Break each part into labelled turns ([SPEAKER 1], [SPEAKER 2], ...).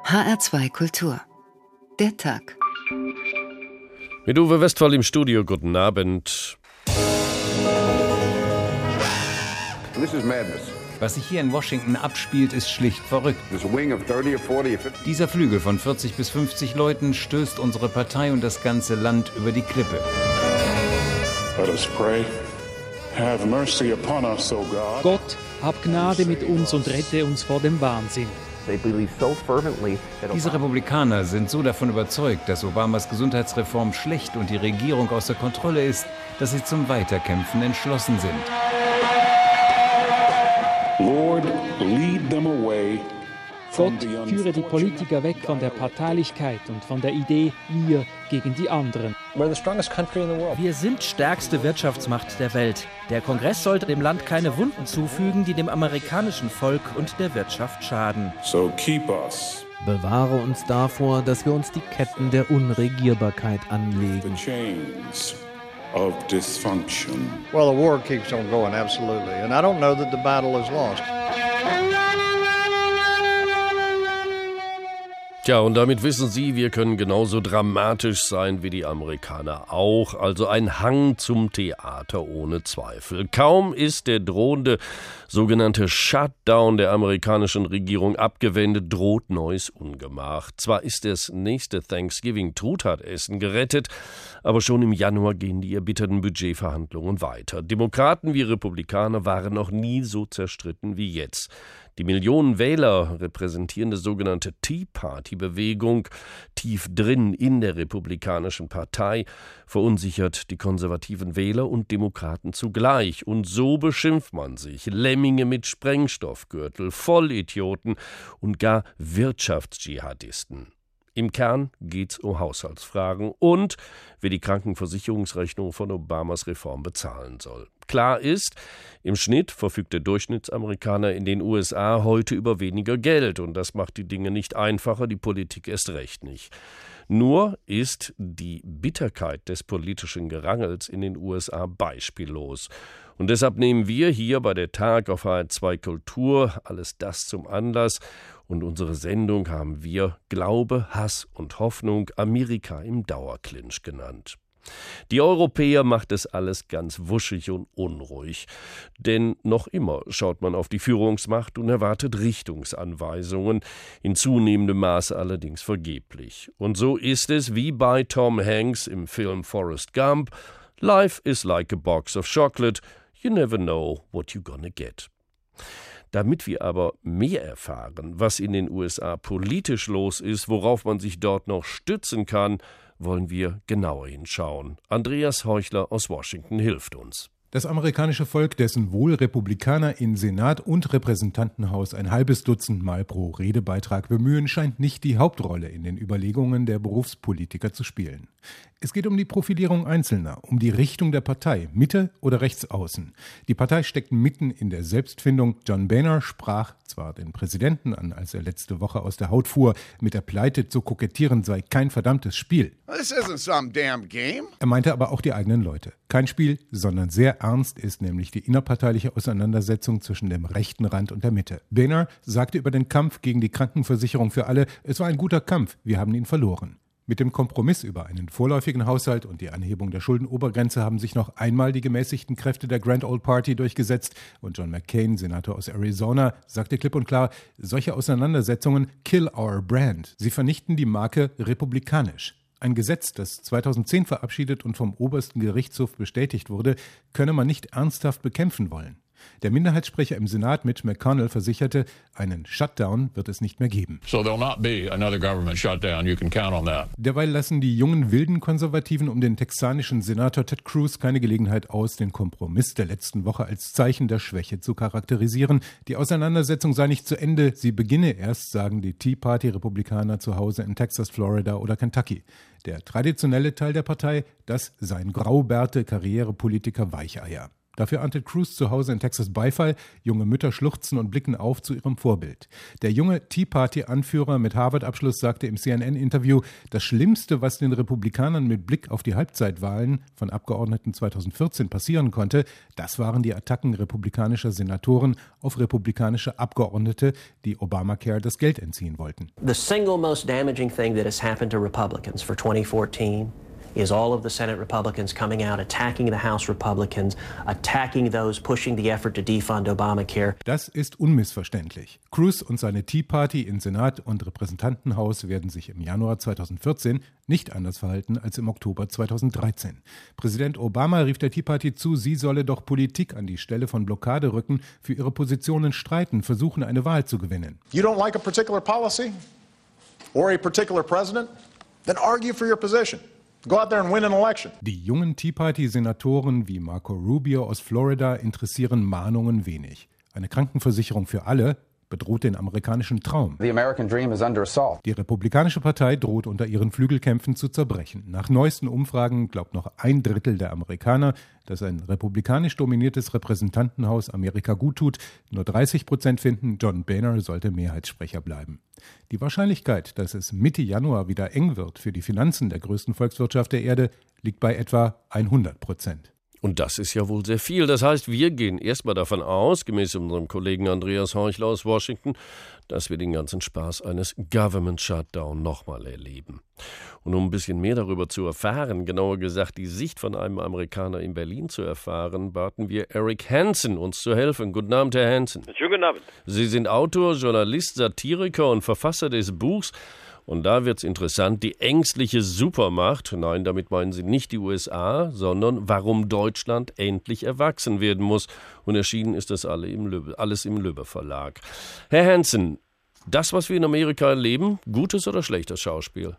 [SPEAKER 1] HR2 Kultur. Der Tag.
[SPEAKER 2] Mit Uwe Westphal im Studio, guten Abend.
[SPEAKER 3] This is madness.
[SPEAKER 4] Was sich hier in Washington abspielt, ist schlicht verrückt. Dieser Flügel von 40 bis 50 Leuten stößt unsere Partei und das ganze Land über die Klippe.
[SPEAKER 5] Let us pray. Have mercy upon us, O God.
[SPEAKER 6] Gott, hab Gnade mit uns und rette uns vor dem Wahnsinn.
[SPEAKER 4] Diese Republikaner sind so davon überzeugt, dass Obamas Gesundheitsreform schlecht und die Regierung außer Kontrolle ist, dass sie zum Weiterkämpfen entschlossen sind.
[SPEAKER 5] Lord, lead them away.
[SPEAKER 6] Gott führe die Politiker weg von der Parteilichkeit und von der Idee, wir gegen die anderen.
[SPEAKER 7] Wir sind stärkste Wirtschaftsmacht der Welt. Der Kongress sollte dem Land keine Wunden zufügen, die dem amerikanischen Volk und der Wirtschaft schaden.
[SPEAKER 5] So keep us.
[SPEAKER 8] Bewahre uns davor, dass wir uns die Ketten der Unregierbarkeit anlegen.
[SPEAKER 5] The chains of dysfunction.
[SPEAKER 9] Well, the war keeps on going, absolutely. And I don't know that the battle is lost.
[SPEAKER 2] Tja, und damit wissen Sie, wir können genauso dramatisch sein wie die Amerikaner auch. Also ein Hang zum Theater ohne Zweifel. Kaum ist der drohende sogenannte Shutdown der amerikanischen Regierung abgewendet, droht neues Ungemach. Zwar ist das nächste Thanksgiving-Truthahnessen gerettet, aber schon im Januar gehen die erbitterten Budgetverhandlungen weiter. Demokraten wie Republikaner waren noch nie so zerstritten wie jetzt. Die Millionen Wähler repräsentierende sogenannte Tea Party-Bewegung, tief drin in der Republikanischen Partei, verunsichert die konservativen Wähler und Demokraten zugleich. Und so beschimpft man sich. Lemminge mit Sprengstoffgürtel, Vollidioten und gar Wirtschaftsdschihadisten. Im Kern geht's um Haushaltsfragen und wer die Krankenversicherungsrechnung von Obamas Reform bezahlen soll. Klar ist, im Schnitt verfügt der Durchschnittsamerikaner in den USA heute über weniger Geld und das macht die Dinge nicht einfacher, die Politik erst recht nicht. Nur ist die Bitterkeit des politischen Gerangels in den USA beispiellos. Und deshalb nehmen wir hier bei der Tag auf HR2 Kultur alles das zum Anlass und unsere Sendung haben wir Glaube, Hass und Hoffnung Amerika im Dauerclinch genannt. Die Europäer macht es alles ganz wuschig und unruhig, denn noch immer schaut man auf die Führungsmacht und erwartet Richtungsanweisungen, in zunehmendem Maße allerdings vergeblich. Und so ist es wie bei Tom Hanks im Film Forrest Gump: Life is like a box of chocolate, you never know what you're gonna get. Damit wir aber mehr erfahren, was in den USA politisch los ist, worauf man sich dort noch stützen kann, wollen wir genauer hinschauen. Andreas Heuchler aus Washington hilft uns.
[SPEAKER 10] Das amerikanische Volk, dessen wohl Republikaner in Senat und Repräsentantenhaus ein halbes Dutzend Mal pro Redebeitrag bemühen, scheint nicht die Hauptrolle in den Überlegungen der Berufspolitiker zu spielen. Es geht um die Profilierung Einzelner, um die Richtung der Partei, Mitte oder Rechtsaußen. Die Partei steckt mitten in der Selbstfindung. John Boehner sprach zwar den Präsidenten an, als er letzte Woche aus der Haut fuhr, mit der Pleite zu kokettieren sei kein verdammtes Spiel.
[SPEAKER 3] This isn't some damn game.
[SPEAKER 10] Er meinte aber auch die eigenen Leute. Kein Spiel, sondern sehr ernst ist nämlich die innerparteiliche Auseinandersetzung zwischen dem rechten Rand und der Mitte. Boehner sagte über den Kampf gegen die Krankenversicherung für alle, es war ein guter Kampf, wir haben ihn verloren. Mit dem Kompromiss über einen vorläufigen Haushalt und die Anhebung der Schuldenobergrenze haben sich noch einmal die gemäßigten Kräfte der Grand Old Party durchgesetzt und John McCain, Senator aus Arizona, sagte klipp und klar, solche Auseinandersetzungen kill our brand. Sie vernichten die Marke republikanisch. Ein Gesetz, das 2010 verabschiedet und vom obersten Gerichtshof bestätigt wurde, könne man nicht ernsthaft bekämpfen wollen. Der Minderheitssprecher im Senat Mitch McConnell versicherte, einen Shutdown wird es nicht mehr geben.
[SPEAKER 5] So there'll not be another government shutdown. You can count on that.
[SPEAKER 10] Derweil lassen die jungen wilden Konservativen um den texanischen Senator Ted Cruz keine Gelegenheit aus, den Kompromiss der letzten Woche als Zeichen der Schwäche zu charakterisieren. Die Auseinandersetzung sei nicht zu Ende, sie beginne erst, sagen die Tea Party-Republikaner zu Hause in Texas, Florida oder Kentucky. Der traditionelle Teil der Partei, das seien Graubärte, Karrierepolitiker, Weicheier. Dafür erntet Cruz zu Hause in Texas Beifall. Junge Mütter schluchzen und blicken auf zu ihrem Vorbild. Der junge Tea Party-Anführer mit Harvard-Abschluss sagte im CNN-Interview, das Schlimmste, was den Republikanern mit Blick auf die Halbzeitwahlen von Abgeordneten 2014 passieren konnte, das waren die Attacken republikanischer Senatoren auf republikanische Abgeordnete, die Obamacare das Geld entziehen wollten.
[SPEAKER 11] The single most damaging thing that has happened to Republicans for 2014 is all of the Senate Republicans coming out, attacking the House Republicans, attacking those pushing the effort to defund Obamacare.
[SPEAKER 10] Das ist unmissverständlich. Cruz und seine Tea Party in Senat und Repräsentantenhaus werden sich im Januar 2014 nicht anders verhalten als im Oktober 2013. Präsident Obama rief der Tea Party zu, sie solle doch Politik an die Stelle von Blockade rücken, für ihre Positionen streiten, versuchen, eine Wahl zu gewinnen.
[SPEAKER 12] You don't like a particular policy or a particular president? Then argue for your position. Go out there and win an election.
[SPEAKER 10] Die jungen Tea Party-Senatoren wie Marco Rubio aus Florida interessieren Mahnungen wenig. Eine Krankenversicherung für alle bedroht den amerikanischen Traum.
[SPEAKER 13] The American dream is under assault.
[SPEAKER 10] Die Republikanische Partei droht unter ihren Flügelkämpfen zu zerbrechen. Nach neuesten Umfragen glaubt noch 1/3 der Amerikaner, dass ein republikanisch dominiertes Repräsentantenhaus Amerika guttut. Nur 30% finden, John Boehner sollte Mehrheitssprecher bleiben. Die Wahrscheinlichkeit, dass es Mitte Januar wieder eng wird für die Finanzen der größten Volkswirtschaft der Erde, liegt bei etwa 100%.
[SPEAKER 2] Und das ist ja wohl sehr viel. Das heißt, wir gehen erstmal davon aus, gemäß unserem Kollegen Andreas Horchler aus Washington, dass wir den ganzen Spaß eines Government Shutdown nochmal erleben. Und um ein bisschen mehr darüber zu erfahren, genauer gesagt die Sicht von einem Amerikaner in Berlin zu erfahren, baten wir Eric Hansen, uns zu helfen. Guten Abend, Herr Hansen.
[SPEAKER 14] Schönen guten Abend.
[SPEAKER 2] Sie sind Autor, Journalist, Satiriker und Verfasser des Buchs. Und da wird's interessant, die ängstliche Supermacht, nein, damit meinen Sie nicht die USA, sondern warum Deutschland endlich erwachsen werden muss. Und erschienen ist das alles im Lübbe Verlag. Herr Hansen, das, was wir in Amerika erleben, gutes oder schlechtes Schauspiel?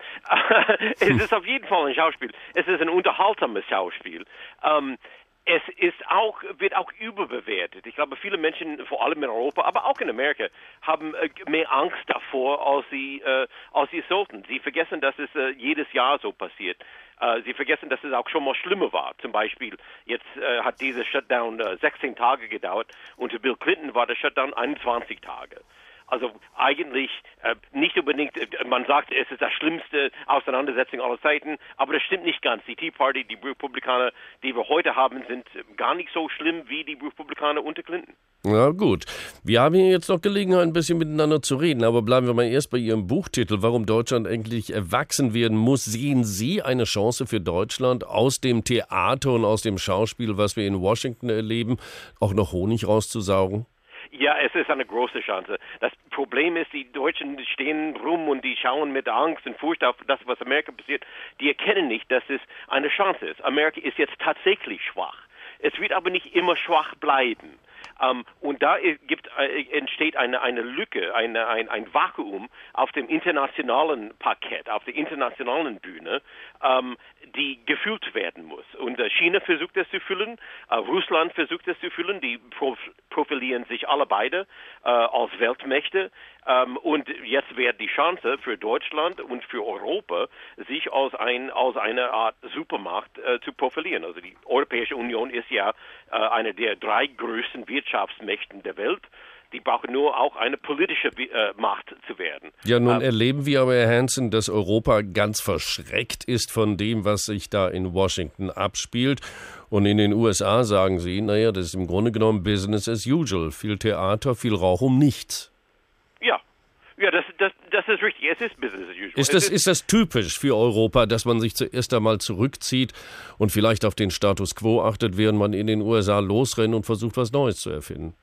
[SPEAKER 14] Es ist auf jeden Fall ein Schauspiel. Es ist ein unterhaltsames Schauspiel. Es wird auch überbewertet. Ich glaube, viele Menschen, vor allem in Europa, aber auch in Amerika, haben mehr Angst davor, als sie sollten. Sie vergessen, dass es jedes Jahr so passiert. Sie vergessen, dass es auch schon mal schlimmer war. Zum Beispiel, jetzt hat dieser Shutdown 16 Tage gedauert. Unter Bill Clinton war der Shutdown 21 Tage. Also eigentlich nicht unbedingt, man sagt, es ist das schlimmste Auseinandersetzung aller Zeiten, aber das stimmt nicht ganz. Die Tea Party, die Republikaner, die wir heute haben, sind gar nicht so schlimm wie die Republikaner unter Clinton.
[SPEAKER 2] Ja gut, wir haben hier jetzt noch Gelegenheit, ein bisschen miteinander zu reden, aber bleiben wir mal erst bei Ihrem Buchtitel, warum Deutschland endlich erwachsen werden muss. Sehen Sie eine Chance für Deutschland, aus dem Theater und aus dem Schauspiel, was wir in Washington erleben, auch noch Honig rauszusaugen?
[SPEAKER 14] Ja, es ist eine große Chance. Das Problem ist, die Deutschen stehen rum und die schauen mit Angst und Furcht auf das, was Amerika passiert. Die erkennen nicht, dass es eine Chance ist. Amerika ist jetzt tatsächlich schwach. Es wird aber nicht immer schwach bleiben. Und da entsteht eine Lücke, ein Vakuum auf dem internationalen Parkett, auf der internationalen Bühne, die gefüllt werden muss. Und China versucht es zu füllen, Russland versucht es zu füllen, die profilieren sich alle beide als Weltmächte. Und jetzt wäre die Chance für Deutschland und für Europa, sich als eine Art Supermacht zu profilieren. Also die Europäische Union ist ja eine der 3 größten Wirtschaftsmächten der Welt. Die brauchen nur auch eine politische Macht zu werden.
[SPEAKER 2] Ja, nun erleben wir aber, Herr Hansen, dass Europa ganz verschreckt ist von dem, was sich da in Washington abspielt. Und in den USA sagen sie, naja, das ist im Grunde genommen Business as usual. Viel Theater, viel Rauch um nichts.
[SPEAKER 14] Ja, das ist richtig. Es ist Business as usual.
[SPEAKER 2] Ist das typisch für Europa, dass man sich zuerst einmal zurückzieht und vielleicht auf den Status quo achtet, während man in den USA losrennt und versucht, was Neues zu erfinden?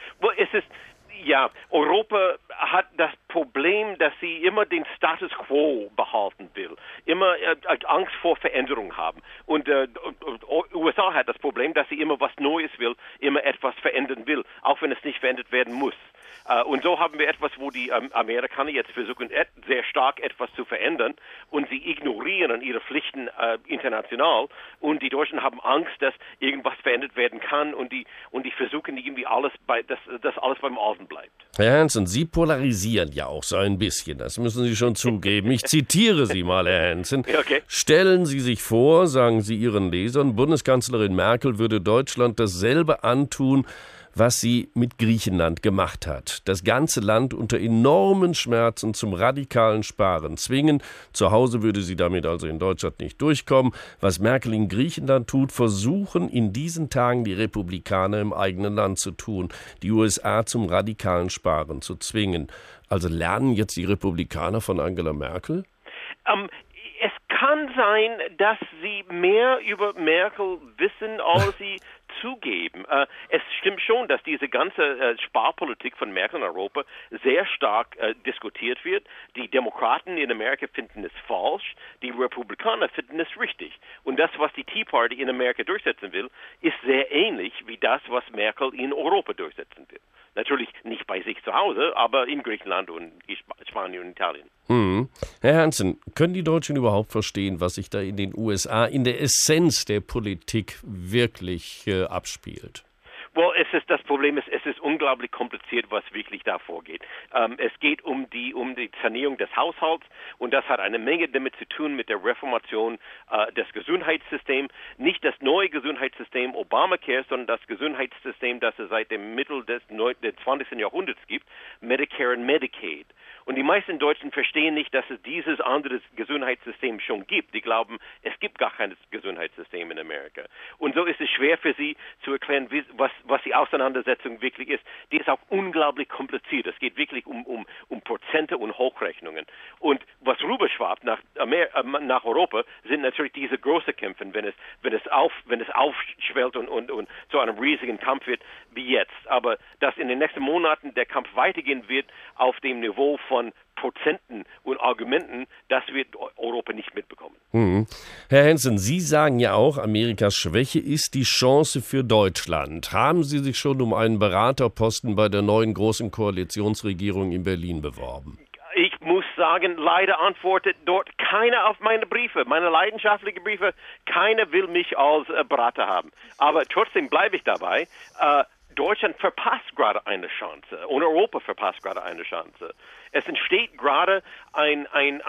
[SPEAKER 14] Europa hat das Problem, dass sie immer den Status quo behalten will, immer Angst vor Veränderung haben. Und USA hat das Problem, dass sie immer was Neues will, immer etwas verändern will, auch wenn es nicht verändert werden muss. Und so haben wir etwas, wo die Amerikaner jetzt versuchen, sehr stark etwas zu verändern und sie ignorieren ihre Pflichten international und die Deutschen haben Angst, dass irgendwas verändert werden kann und die versuchen irgendwie alles dass alles beim Alten bleibt.
[SPEAKER 2] Herr Hansen, Sie polarisieren ja auch so ein bisschen, das müssen Sie schon zugeben. Ich zitiere Sie mal, Herr Hansen.
[SPEAKER 14] Okay.
[SPEAKER 2] Stellen Sie sich vor, sagen Sie Ihren Lesern, Bundeskanzlerin Merkel würde Deutschland dasselbe antun, was sie mit Griechenland gemacht hat. Das ganze Land unter enormen Schmerzen zum radikalen Sparen zwingen. Zu Hause würde sie damit also in Deutschland nicht durchkommen. Was Merkel in Griechenland tut, versuchen in diesen Tagen die Republikaner im eigenen Land zu tun, die USA zum radikalen Sparen zu zwingen. Also lernen jetzt die Republikaner von Angela Merkel?
[SPEAKER 14] Es kann sein, dass sie mehr über Merkel wissen, als sie zugeben. Es stimmt schon, dass diese ganze Sparpolitik von Merkel in Europa sehr stark diskutiert wird. Die Demokraten in Amerika finden es falsch, die Republikaner finden es richtig. Und das, was die Tea Party in Amerika durchsetzen will, ist sehr ähnlich wie das, was Merkel in Europa durchsetzen will. Natürlich nicht bei sich zu Hause, aber in Griechenland und Spanien und Italien.
[SPEAKER 2] Herr Hansen, können die Deutschen überhaupt verstehen, was sich da in den USA in der Essenz der Politik wirklich abspielt?
[SPEAKER 14] Well, das Problem ist, es ist unglaublich kompliziert, was wirklich da vorgeht. Es geht um die Sanierung des Haushalts und das hat eine Menge damit zu tun mit der Reformation des Gesundheitssystems. Nicht das neue Gesundheitssystem Obamacare, sondern das Gesundheitssystem, das es seit dem Mittel des 20. Jahrhunderts gibt, Medicare und Medicaid. Und die meisten Deutschen verstehen nicht, dass es dieses andere Gesundheitssystem schon gibt. Die glauben, es gibt gar kein Gesundheitssystem in Amerika. Und so ist es schwer für sie zu erklären, was die Auseinandersetzung wirklich ist. Die ist auch unglaublich kompliziert. Es geht wirklich um Prozente und Hochrechnungen. Und was rüberschwappt nach Europa sind natürlich diese großen Kämpfe, wenn es aufschwellt und zu einem riesigen Kampf wird wie jetzt. Aber dass in den nächsten Monaten der Kampf weitergehen wird auf dem Niveau von Prozenten und Argumenten, das wird Europa nicht mitbekommen.
[SPEAKER 2] Herr Hansen, Sie sagen ja auch, Amerikas Schwäche ist die Chance für Deutschland. Haben Sie sich schon um einen Beraterposten bei der neuen großen Koalitionsregierung in Berlin beworben?
[SPEAKER 14] Ich muss sagen, leider antwortet dort keiner auf meine Briefe, meine leidenschaftlichen Briefe. Keiner will mich als Berater haben. Aber trotzdem bleibe ich dabei. Deutschland verpasst gerade eine Chance und Europa verpasst gerade eine Chance. Es entsteht gerade ein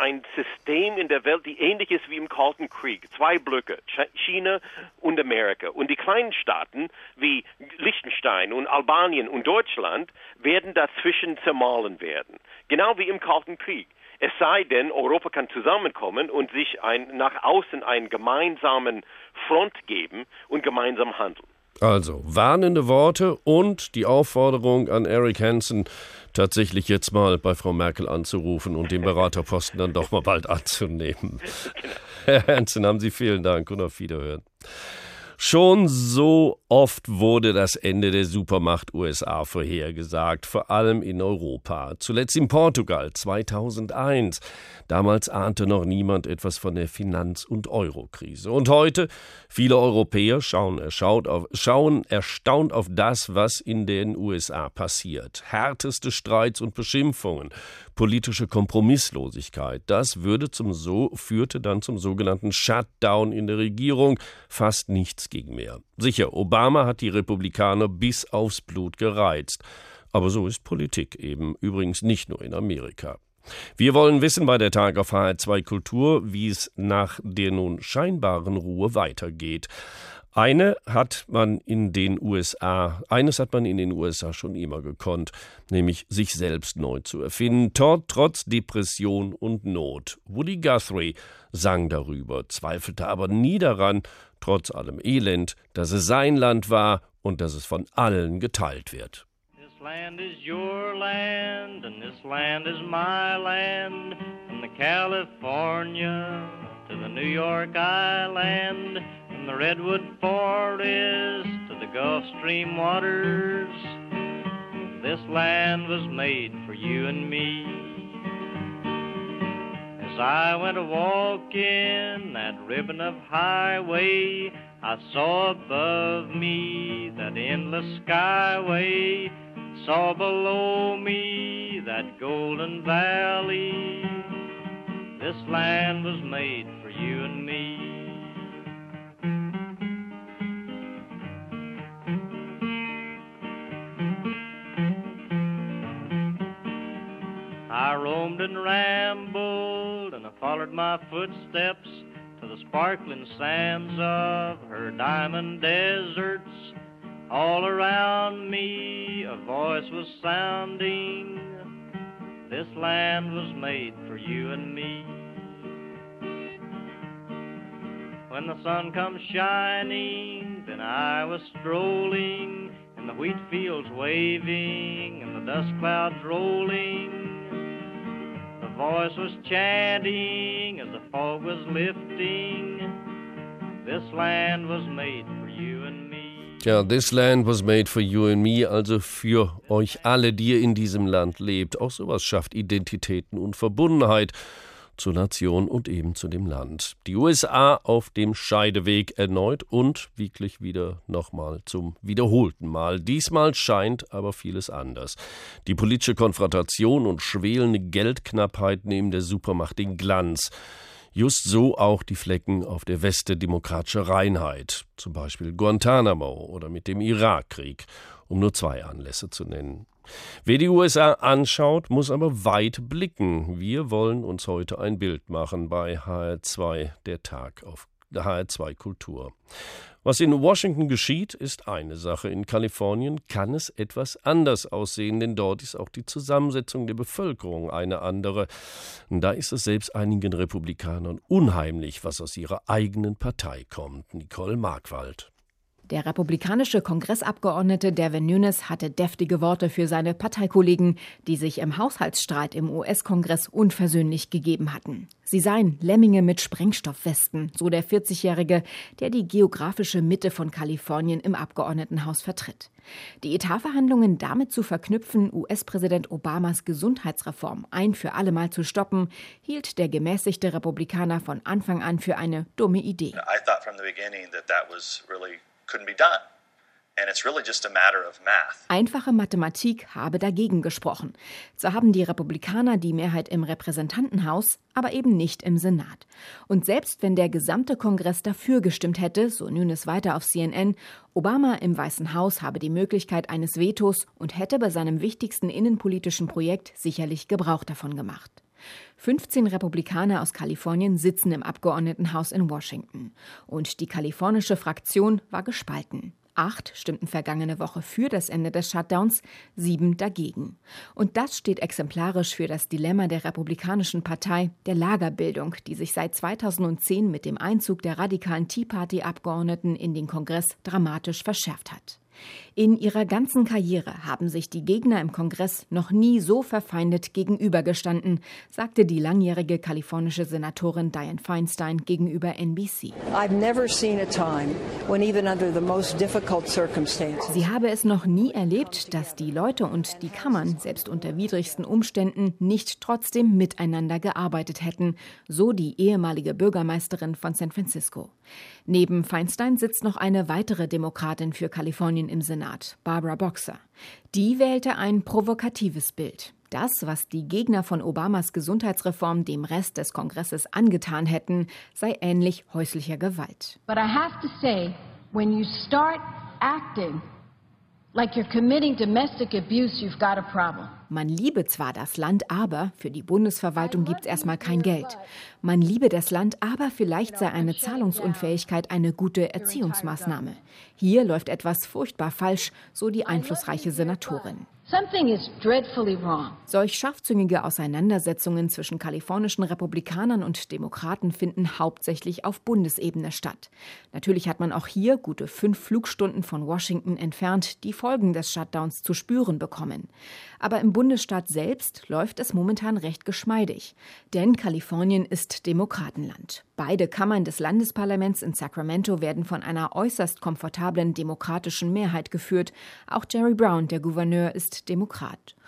[SPEAKER 14] System in der Welt, die ähnlich ist wie im Kalten Krieg. Zwei Blöcke, China und Amerika. Und die kleinen Staaten wie Liechtenstein und Albanien und Deutschland werden dazwischen zermahlen werden. Genau wie im Kalten Krieg. Es sei denn, Europa kann zusammenkommen und sich nach außen einen gemeinsamen Front geben und gemeinsam handeln.
[SPEAKER 2] Also, warnende Worte und die Aufforderung an Eric Hansen, tatsächlich jetzt mal bei Frau Merkel anzurufen und den Beraterposten dann doch mal bald anzunehmen. Herr Hansen, haben Sie vielen Dank und auf Wiederhören. Schon so oft wurde das Ende der Supermacht USA vorhergesagt, vor allem in Europa. Zuletzt in Portugal 2001. Damals ahnte noch niemand etwas von der Finanz- und Eurokrise. Und heute, viele Europäer schauen erstaunt auf das, was in den USA passiert. Härteste Streits und Beschimpfungen, politische Kompromisslosigkeit. Das führte dann zum sogenannten Shutdown in der Regierung. Fast nichts ging mehr. Sicher, Obama hat die Republikaner bis aufs Blut gereizt. Aber so ist Politik eben, übrigens nicht nur in Amerika. Wir wollen wissen bei der Tag auf HR2 Kultur, wie es nach der nun scheinbaren Ruhe weitergeht. Eines hat man in den USA schon immer gekonnt, nämlich sich selbst neu zu erfinden, trotz Depression und Not. Woody Guthrie sang darüber, zweifelte aber nie daran, trotz allem Elend, dass es sein Land war und dass es von allen geteilt wird.
[SPEAKER 13] This land is your land and this land is my land, from the California to the New York Island, from the redwood forest to the Gulf Stream waters. This land was made for you and me. As I went a-walking that ribbon of highway, I saw above me that endless skyway, saw below me that golden valley. This land was made for you and me. I roamed and rambled, and I followed my footsteps to the sparkling sands of her diamond deserts. All around me a voice was sounding, this land was made for you and me. When the sun comes shining, then I was strolling, and the wheat fields waving, and the dust clouds rolling. The voice was chanting as the fog was lifting, this land was made for you and me.
[SPEAKER 2] Tja, this land was made for you and me, also für euch alle, die ihr in diesem Land lebt. Auch sowas schafft Identitäten und Verbundenheit zur Nation und eben zu dem Land. Die USA auf dem Scheideweg erneut und wirklich wieder nochmal zum wiederholten Mal. Diesmal scheint aber vieles anders. Die politische Konfrontation und schwelende Geldknappheit nehmen der Supermacht den Glanz. Just so auch die Flecken auf der Weste demokratischer Reinheit, zum Beispiel Guantanamo oder mit dem Irakkrieg, um nur 2 Anlässe zu nennen. Wer die USA anschaut, muss aber weit blicken. Wir wollen uns heute ein Bild machen bei HR2, der Tag auf HR2 Kultur. Was in Washington geschieht, ist eine Sache. In Kalifornien kann es etwas anders aussehen, denn dort ist auch die Zusammensetzung der Bevölkerung eine andere. Da ist es selbst einigen Republikanern unheimlich, was aus ihrer eigenen Partei kommt. Nicole Markwald.
[SPEAKER 15] Der republikanische Kongressabgeordnete Devin Nunes hatte deftige Worte für seine Parteikollegen, die sich im Haushaltsstreit im US-Kongress unversöhnlich gegeben hatten. Sie seien Lemminge mit Sprengstoffwesten, so der 40-Jährige, der die geografische Mitte von Kalifornien im Abgeordnetenhaus vertritt. Die Etatverhandlungen damit zu verknüpfen, US-Präsident Obamas Gesundheitsreform ein für alle Mal zu stoppen, hielt der gemäßigte Republikaner von Anfang an für eine dumme Idee.
[SPEAKER 16] I thought from the beginning that was really couldn't be done. And it's really just a matter of math.
[SPEAKER 15] Einfache Mathematik habe dagegen gesprochen. Zwar haben die Republikaner die Mehrheit im Repräsentantenhaus, aber eben nicht im Senat. Und selbst wenn der gesamte Kongress dafür gestimmt hätte, so Nunes weiter auf CNN, Obama im Weißen Haus habe die Möglichkeit eines Vetos und hätte bei seinem wichtigsten innenpolitischen Projekt sicherlich Gebrauch davon gemacht. 15 Republikaner aus Kalifornien sitzen im Abgeordnetenhaus in Washington. Und die kalifornische Fraktion war gespalten. 8 stimmten vergangene Woche für das Ende des Shutdowns, 7 dagegen. Und das steht exemplarisch für das Dilemma der Republikanischen Partei, der Lagerbildung, die sich seit 2010 mit dem Einzug der radikalen Tea Party-Abgeordneten in den Kongress dramatisch verschärft hat. In ihrer ganzen Karriere haben sich die Gegner im Kongress noch nie so verfeindet gegenübergestanden, sagte die langjährige kalifornische Senatorin Dianne Feinstein gegenüber NBC. Sie habe es noch nie erlebt, dass die Leute und die Kammern, selbst unter widrigsten Umständen, nicht trotzdem miteinander gearbeitet hätten, so die ehemalige Bürgermeisterin von San Francisco. Neben Feinstein sitzt noch eine weitere Demokratin für Kalifornien im Senat, Barbara Boxer. Die wählte ein provokatives Bild. Das, was die Gegner von Obamas Gesundheitsreform dem Rest des Kongresses angetan hätten, sei ähnlich häuslicher Gewalt.
[SPEAKER 17] But I have to say, when you start acting like you're committing domestic abuse, you've got a problem.
[SPEAKER 15] Man liebe zwar das Land, aber für die Bundesverwaltung gibt's erstmal kein Geld. Man liebe das Land, aber vielleicht sei eine Zahlungsunfähigkeit eine gute Erziehungsmaßnahme. Hier läuft etwas furchtbar falsch, so die einflussreiche Senatorin.
[SPEAKER 17] Something is dreadfully wrong.
[SPEAKER 15] Solch scharfzüngige Auseinandersetzungen zwischen kalifornischen Republikanern und Demokraten finden hauptsächlich auf Bundesebene statt. Natürlich hat man auch hier gute 5 Flugstunden von Washington entfernt die Folgen des Shutdowns zu spüren bekommen. Aber im Bundesstaat selbst läuft es momentan recht geschmeidig. Denn Kalifornien ist Demokratenland. Beide Kammern des Landesparlaments in Sacramento werden von einer äußerst komfortablen demokratischen Mehrheit geführt. Auch Jerry Brown, der Gouverneur, ist Demokrat.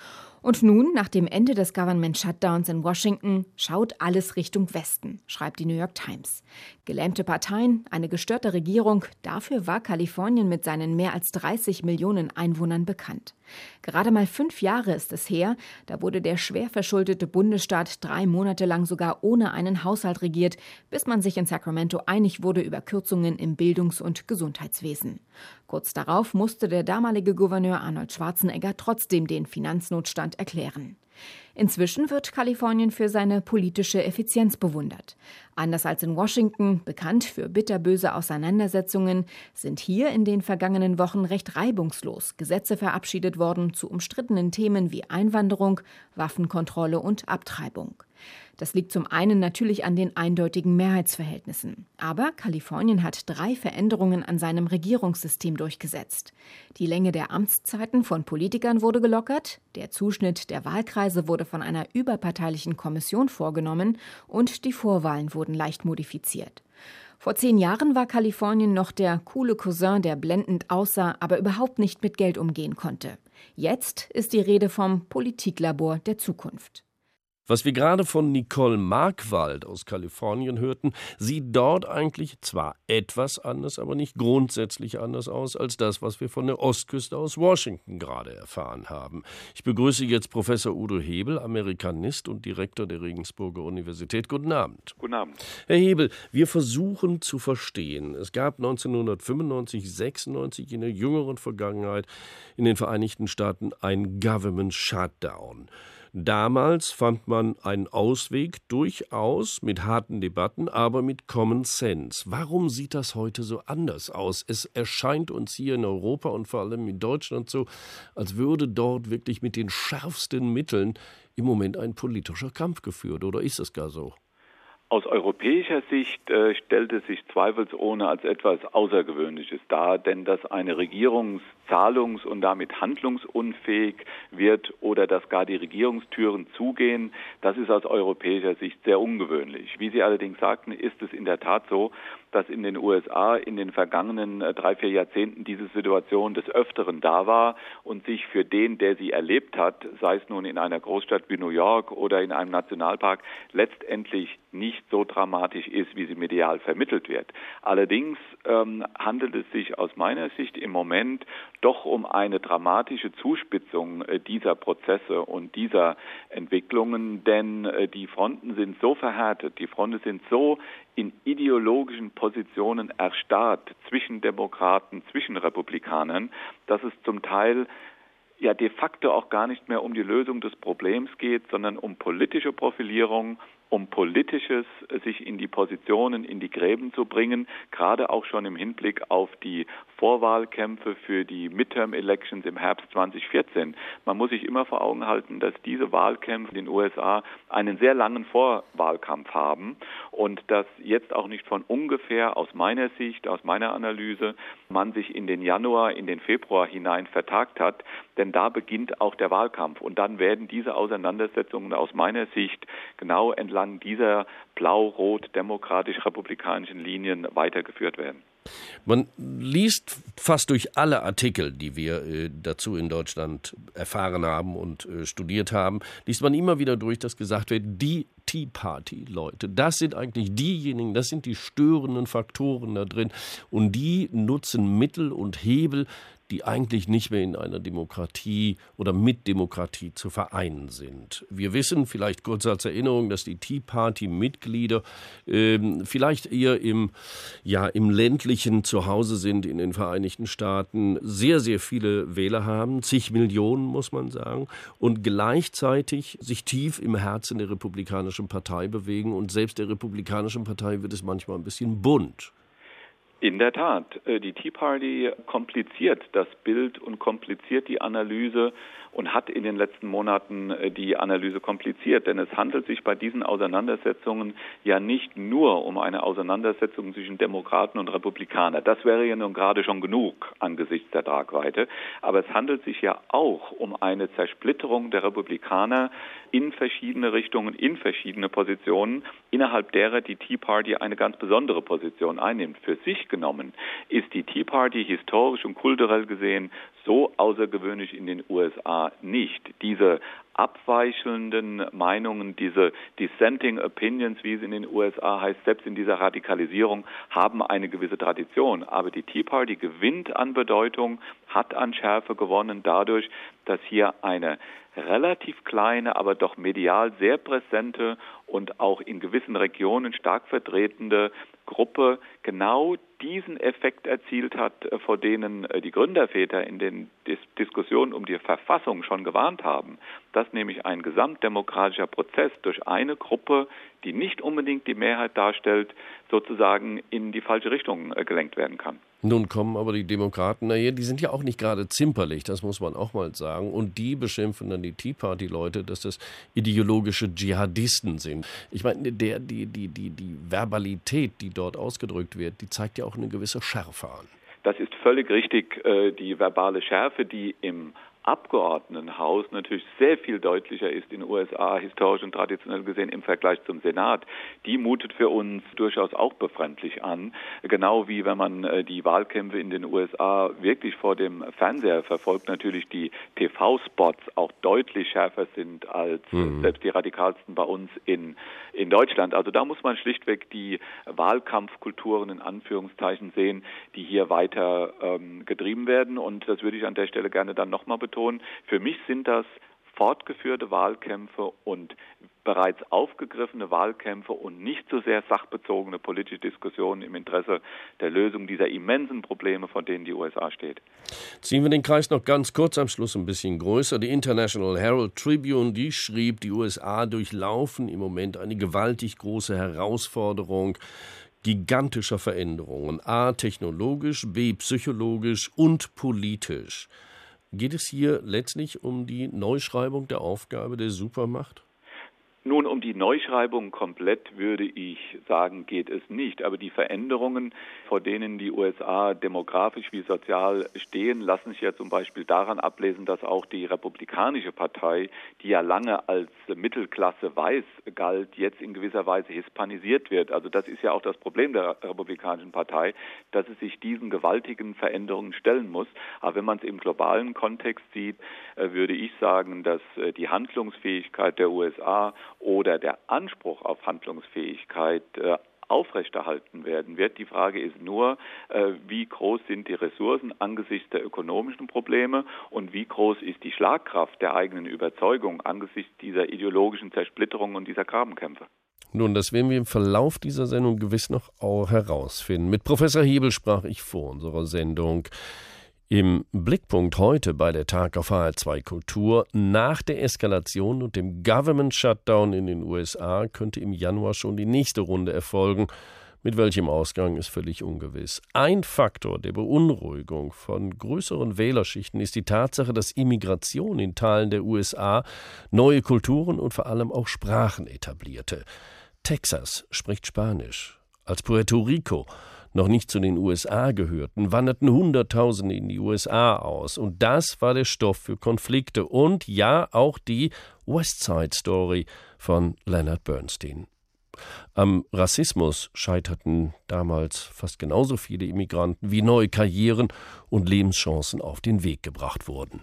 [SPEAKER 15] Und nun, nach dem Ende des Government-Shutdowns in Washington, schaut alles Richtung Westen, schreibt die New York Times. Gelähmte Parteien, eine gestörte Regierung, dafür war Kalifornien mit seinen mehr als 30 Millionen Einwohnern bekannt. Gerade mal 5 Jahre ist es her, da wurde der schwer verschuldete Bundesstaat 3 Monate lang sogar ohne einen Haushalt regiert, bis man sich in Sacramento einig wurde über Kürzungen im Bildungs- und Gesundheitswesen. Kurz darauf musste der damalige Gouverneur Arnold Schwarzenegger trotzdem den Finanznotstand erklären. Inzwischen wird Kalifornien für seine politische Effizienz bewundert. Anders als in Washington, bekannt für bitterböse Auseinandersetzungen, sind hier in den vergangenen Wochen recht reibungslos Gesetze verabschiedet worden zu umstrittenen Themen wie Einwanderung, Waffenkontrolle und Abtreibung. Das liegt zum einen natürlich an den eindeutigen Mehrheitsverhältnissen. Aber Kalifornien hat 3 Veränderungen an seinem Regierungssystem durchgesetzt. Die Länge der Amtszeiten von Politikern wurde gelockert, der Zuschnitt der Wahlkreise wurde von einer überparteilichen Kommission vorgenommen und die Vorwahlen wurden leicht modifiziert. Vor 10 Jahren war Kalifornien noch der coole Cousin, der blendend aussah, aber überhaupt nicht mit Geld umgehen konnte. Jetzt ist die Rede vom Politiklabor der Zukunft.
[SPEAKER 2] Was wir gerade von Nicole Markwald aus Kalifornien hörten, sieht dort eigentlich zwar etwas anders, aber nicht grundsätzlich anders aus als das, was wir von der Ostküste aus Washington gerade erfahren haben. Ich begrüße jetzt Professor Udo Hebel, Amerikanist und Direktor der Regensburger Universität. Guten Abend.
[SPEAKER 18] Guten Abend.
[SPEAKER 2] Herr Hebel, wir versuchen zu verstehen. Es gab 1995, 96 in der jüngeren Vergangenheit in den Vereinigten Staaten ein Government Shutdown. Damals fand man einen Ausweg durchaus mit harten Debatten, aber mit Common Sense. Warum sieht das heute so anders aus? Es erscheint uns hier in Europa und vor allem in Deutschland so, als würde dort wirklich mit den schärfsten Mitteln im Moment ein politischer Kampf geführt. Oder ist es gar so?
[SPEAKER 18] Aus europäischer Sicht stellt es sich zweifelsohne als etwas Außergewöhnliches dar, denn dass eine Regierung zahlungs- und damit handlungsunfähig wird oder dass gar die Regierungstüren zugehen, das ist aus europäischer Sicht sehr ungewöhnlich. Wie Sie allerdings sagten, ist es in der Tat so, dass in den USA in den vergangenen 3-4 Jahrzehnten diese Situation des Öfteren da war und sich für den, der sie erlebt hat, sei es nun in einer Großstadt wie New York oder in einem Nationalpark, letztendlich nicht so dramatisch ist, wie sie medial vermittelt wird. Allerdings handelt es sich aus meiner Sicht im Moment doch um eine dramatische Zuspitzung dieser Prozesse und dieser Entwicklungen, denn die Fronten sind so verhärtet, die Fronten sind so in ideologischen Positionen erstarrt zwischen Demokraten, zwischen Republikanern, dass es zum Teil ja de facto auch gar nicht mehr um die Lösung des Problems geht, sondern um politische Profilierung, um politisches sich in die Positionen, in die Gräben zu bringen, gerade auch schon im Hinblick auf die Vorwahlkämpfe für die Midterm-Elections im Herbst 2014. Man muss sich immer vor Augen halten, dass diese Wahlkämpfe in den USA einen sehr langen Vorwahlkampf haben und dass jetzt auch nicht von ungefähr aus meiner Sicht, aus meiner Analyse, man sich in den Januar, in den Februar hinein vertagt hat, denn da beginnt auch der Wahlkampf und dann werden diese Auseinandersetzungen aus meiner Sicht genau entlang dieser blau-rot-demokratisch-republikanischen Linien weitergeführt werden.
[SPEAKER 2] Man liest fast durch alle Artikel, die wir dazu in Deutschland erfahren haben und studiert haben, liest man immer wieder durch, dass gesagt wird, die Tea Party-Leute, das sind eigentlich diejenigen, das sind die störenden Faktoren da drin und die nutzen Mittel und Hebel, die eigentlich nicht mehr in einer Demokratie oder mit Demokratie zu vereinen sind. Wir wissen, vielleicht kurz als Erinnerung, dass die Tea Party-Mitglieder vielleicht eher im ländlichen Zuhause sind in den Vereinigten Staaten, sehr, sehr viele Wähler haben, zig Millionen, muss man sagen, und gleichzeitig sich tief im Herzen der Republikanischen Partei bewegen und selbst der Republikanischen Partei wird es manchmal ein bisschen bunt.
[SPEAKER 18] In der Tat, die Tea Party kompliziert das Bild und kompliziert die Analyse und hat in den letzten Monaten die Analyse kompliziert. Denn es handelt sich bei diesen Auseinandersetzungen ja nicht nur um eine Auseinandersetzung zwischen Demokraten und Republikanern. Das wäre ja nun gerade schon genug angesichts der Tragweite. Aber es handelt sich ja auch um eine Zersplitterung der Republikaner in verschiedene Richtungen, in verschiedene Positionen, innerhalb derer die Tea Party eine ganz besondere Position einnimmt. Für sich genommen ist die Tea Party historisch und kulturell gesehen so außergewöhnlich in den USA, USA nicht. Diese abweichenden Meinungen, diese dissenting opinions, wie es in den USA heißt, selbst in dieser Radikalisierung, haben eine gewisse Tradition. Aber die Tea Party gewinnt an Bedeutung, hat an Schärfe gewonnen dadurch, dass hier eine relativ kleine, aber doch medial sehr präsente und auch in gewissen Regionen stark vertretende Gruppe genau diesen Effekt erzielt hat, vor denen die Gründerväter in den Diskussionen um die Verfassung schon gewarnt haben, dass nämlich ein gesamtdemokratischer Prozess durch eine Gruppe, die nicht unbedingt die Mehrheit darstellt, sozusagen in die falsche Richtung gelenkt werden kann.
[SPEAKER 2] Nun kommen aber die Demokraten daher, die sind ja auch nicht gerade zimperlich, das muss man auch mal sagen. Und die beschimpfen dann die Tea Party-Leute, dass das ideologische Dschihadisten sind. Ich meine, die Verbalität, die dort ausgedrückt wird, die zeigt ja auch eine gewisse Schärfe an.
[SPEAKER 18] Das ist völlig richtig. Die verbale Schärfe, die im Abgeordnetenhaus natürlich sehr viel deutlicher ist in den USA, historisch und traditionell gesehen im Vergleich zum Senat, die mutet für uns durchaus auch befremdlich an. Genau wie wenn man die Wahlkämpfe in den USA wirklich vor dem Fernseher verfolgt, natürlich die TV-Spots auch deutlich schärfer sind als selbst die radikalsten bei uns in Deutschland. Also da muss man schlichtweg die Wahlkampfkulturen in Anführungszeichen sehen, die hier weiter getrieben werden. Und das würde ich an der Stelle gerne dann nochmal betonen. Für mich sind das fortgeführte Wahlkämpfe und bereits aufgegriffene Wahlkämpfe und nicht so sehr sachbezogene politische Diskussionen im Interesse der Lösung dieser immensen Probleme, vor denen die USA steht.
[SPEAKER 2] Ziehen wir den Kreis noch ganz kurz am Schluss ein bisschen größer. Die International Herald Tribune, die schrieb, die USA durchlaufen im Moment eine gewaltig große Herausforderung gigantischer Veränderungen. A, technologisch, B, psychologisch und politisch. Geht es hier letztlich um die Neuschreibung der Aufgabe der Supermacht?
[SPEAKER 18] Nun, um die Neuschreibung komplett würde ich sagen, geht es nicht. Aber die Veränderungen, vor denen die USA demografisch wie sozial stehen, lassen sich ja zum Beispiel daran ablesen, dass auch die Republikanische Partei, die ja lange als Mittelklasse weiß galt, jetzt in gewisser Weise hispanisiert wird. Also das ist ja auch das Problem der Republikanischen Partei, dass es sich diesen gewaltigen Veränderungen stellen muss. Aber wenn man es im globalen Kontext sieht, würde ich sagen, dass die Handlungsfähigkeit der USA oder der Anspruch auf Handlungsfähigkeit aufrechterhalten werden wird. Die Frage ist nur, wie groß sind die Ressourcen angesichts der ökonomischen Probleme und wie groß ist die Schlagkraft der eigenen Überzeugung angesichts dieser ideologischen Zersplitterung und dieser Grabenkämpfe.
[SPEAKER 2] Nun, das werden wir im Verlauf dieser Sendung gewiss noch auch herausfinden. Mit Professor Hebel sprach ich vor unserer Sendung. Im Blickpunkt heute bei der Tag auf HR2 Kultur: Nach der Eskalation und dem Government Shutdown in den USA könnte im Januar schon die nächste Runde erfolgen. Mit welchem Ausgang ist völlig ungewiss. Ein Faktor der Beunruhigung von größeren Wählerschichten ist die Tatsache, dass Immigration in Teilen der USA neue Kulturen und vor allem auch Sprachen etablierte. Texas spricht Spanisch. Als Puerto Rico noch nicht zu den USA gehörten, wanderten Hunderttausende in die USA aus. Und das war der Stoff für Konflikte. Und ja, auch die West Side Story von Leonard Bernstein. Am Rassismus scheiterten damals fast genauso viele Immigranten, wie neue Karrieren und Lebenschancen auf den Weg gebracht wurden.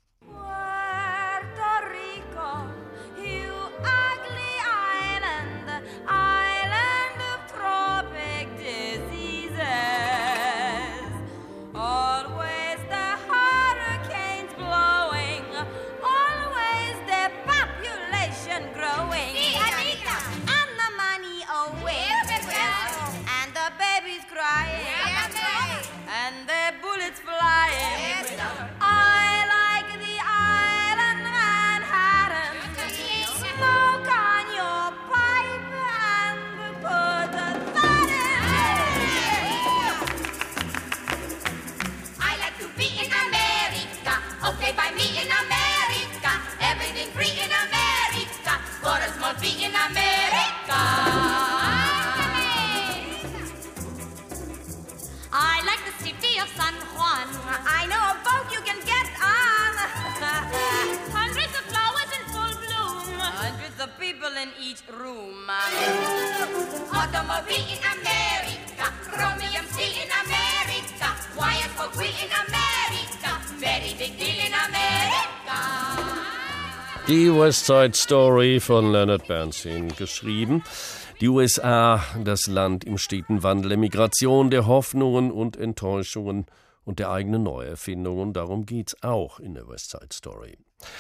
[SPEAKER 19] Automobile in America, chromium steel in America, wires for in America, very big deal in America.
[SPEAKER 2] Die West Side Story von Leonard Bernstein geschrieben. Die USA, das Land im steten Wandel, der Migration, der Hoffnungen und Enttäuschungen und der eigenen Neuerfindungen. Darum geht's auch in der West Side Story.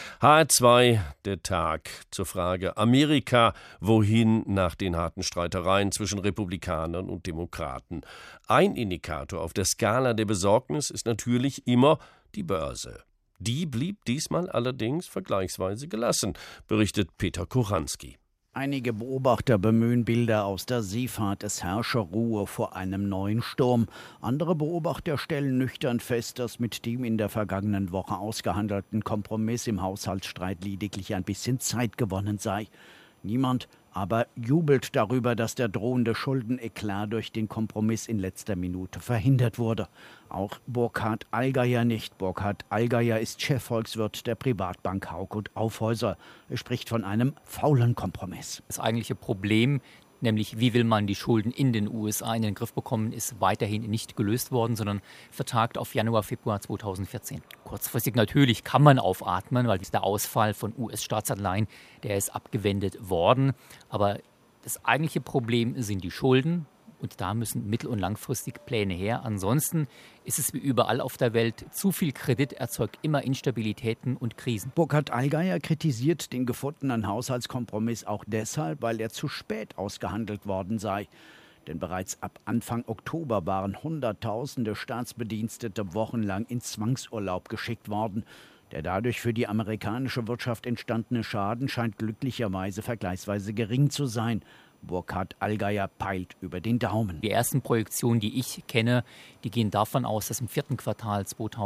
[SPEAKER 2] HR2, der Tag zur Frage Amerika, wohin nach den harten Streitereien zwischen Republikanern und Demokraten. Ein Indikator auf der Skala der Besorgnis ist natürlich immer die Börse. Die blieb diesmal allerdings vergleichsweise gelassen, berichtet Peter Kuchanski.
[SPEAKER 20] Einige Beobachter bemühen Bilder aus der Seefahrt, es herrsche Ruhe vor einem neuen Sturm. Andere Beobachter stellen nüchtern fest, dass mit dem in der vergangenen Woche ausgehandelten Kompromiss im Haushaltsstreit lediglich ein bisschen Zeit gewonnen sei. Niemand aber jubelt darüber, dass der drohende Schuldeneklat durch den Kompromiss in letzter Minute verhindert wurde. Auch Burkhard Allgeier nicht. Burkhard Allgeier ist Chefvolkswirt der Privatbank Hauck & Aufhäuser. Er spricht von einem faulen Kompromiss.
[SPEAKER 21] Das eigentliche Problem, nämlich wie will man die Schulden in den USA in den Griff bekommen, ist weiterhin nicht gelöst worden, sondern vertagt auf Januar, Februar 2014. Kurzfristig natürlich kann man aufatmen, weil der Ausfall von US-Staatsanleihen, der ist abgewendet worden. Aber das eigentliche Problem sind die Schulden. Und da müssen mittel- und langfristig Pläne her. Ansonsten ist es wie überall auf der Welt, zu viel Kredit erzeugt immer Instabilitäten und Krisen.
[SPEAKER 20] Burkhard Allgeier kritisiert den gefundenen Haushaltskompromiss auch deshalb, weil er zu spät ausgehandelt worden sei. Denn bereits ab Anfang Oktober waren Hunderttausende Staatsbedienstete wochenlang in Zwangsurlaub geschickt worden. Der dadurch für die amerikanische Wirtschaft entstandene Schaden scheint glücklicherweise vergleichsweise gering zu sein. Burkhard Allgeier peilt über den Daumen.
[SPEAKER 21] Die ersten Projektionen, die ich kenne, die gehen davon aus, dass im 4. Quartal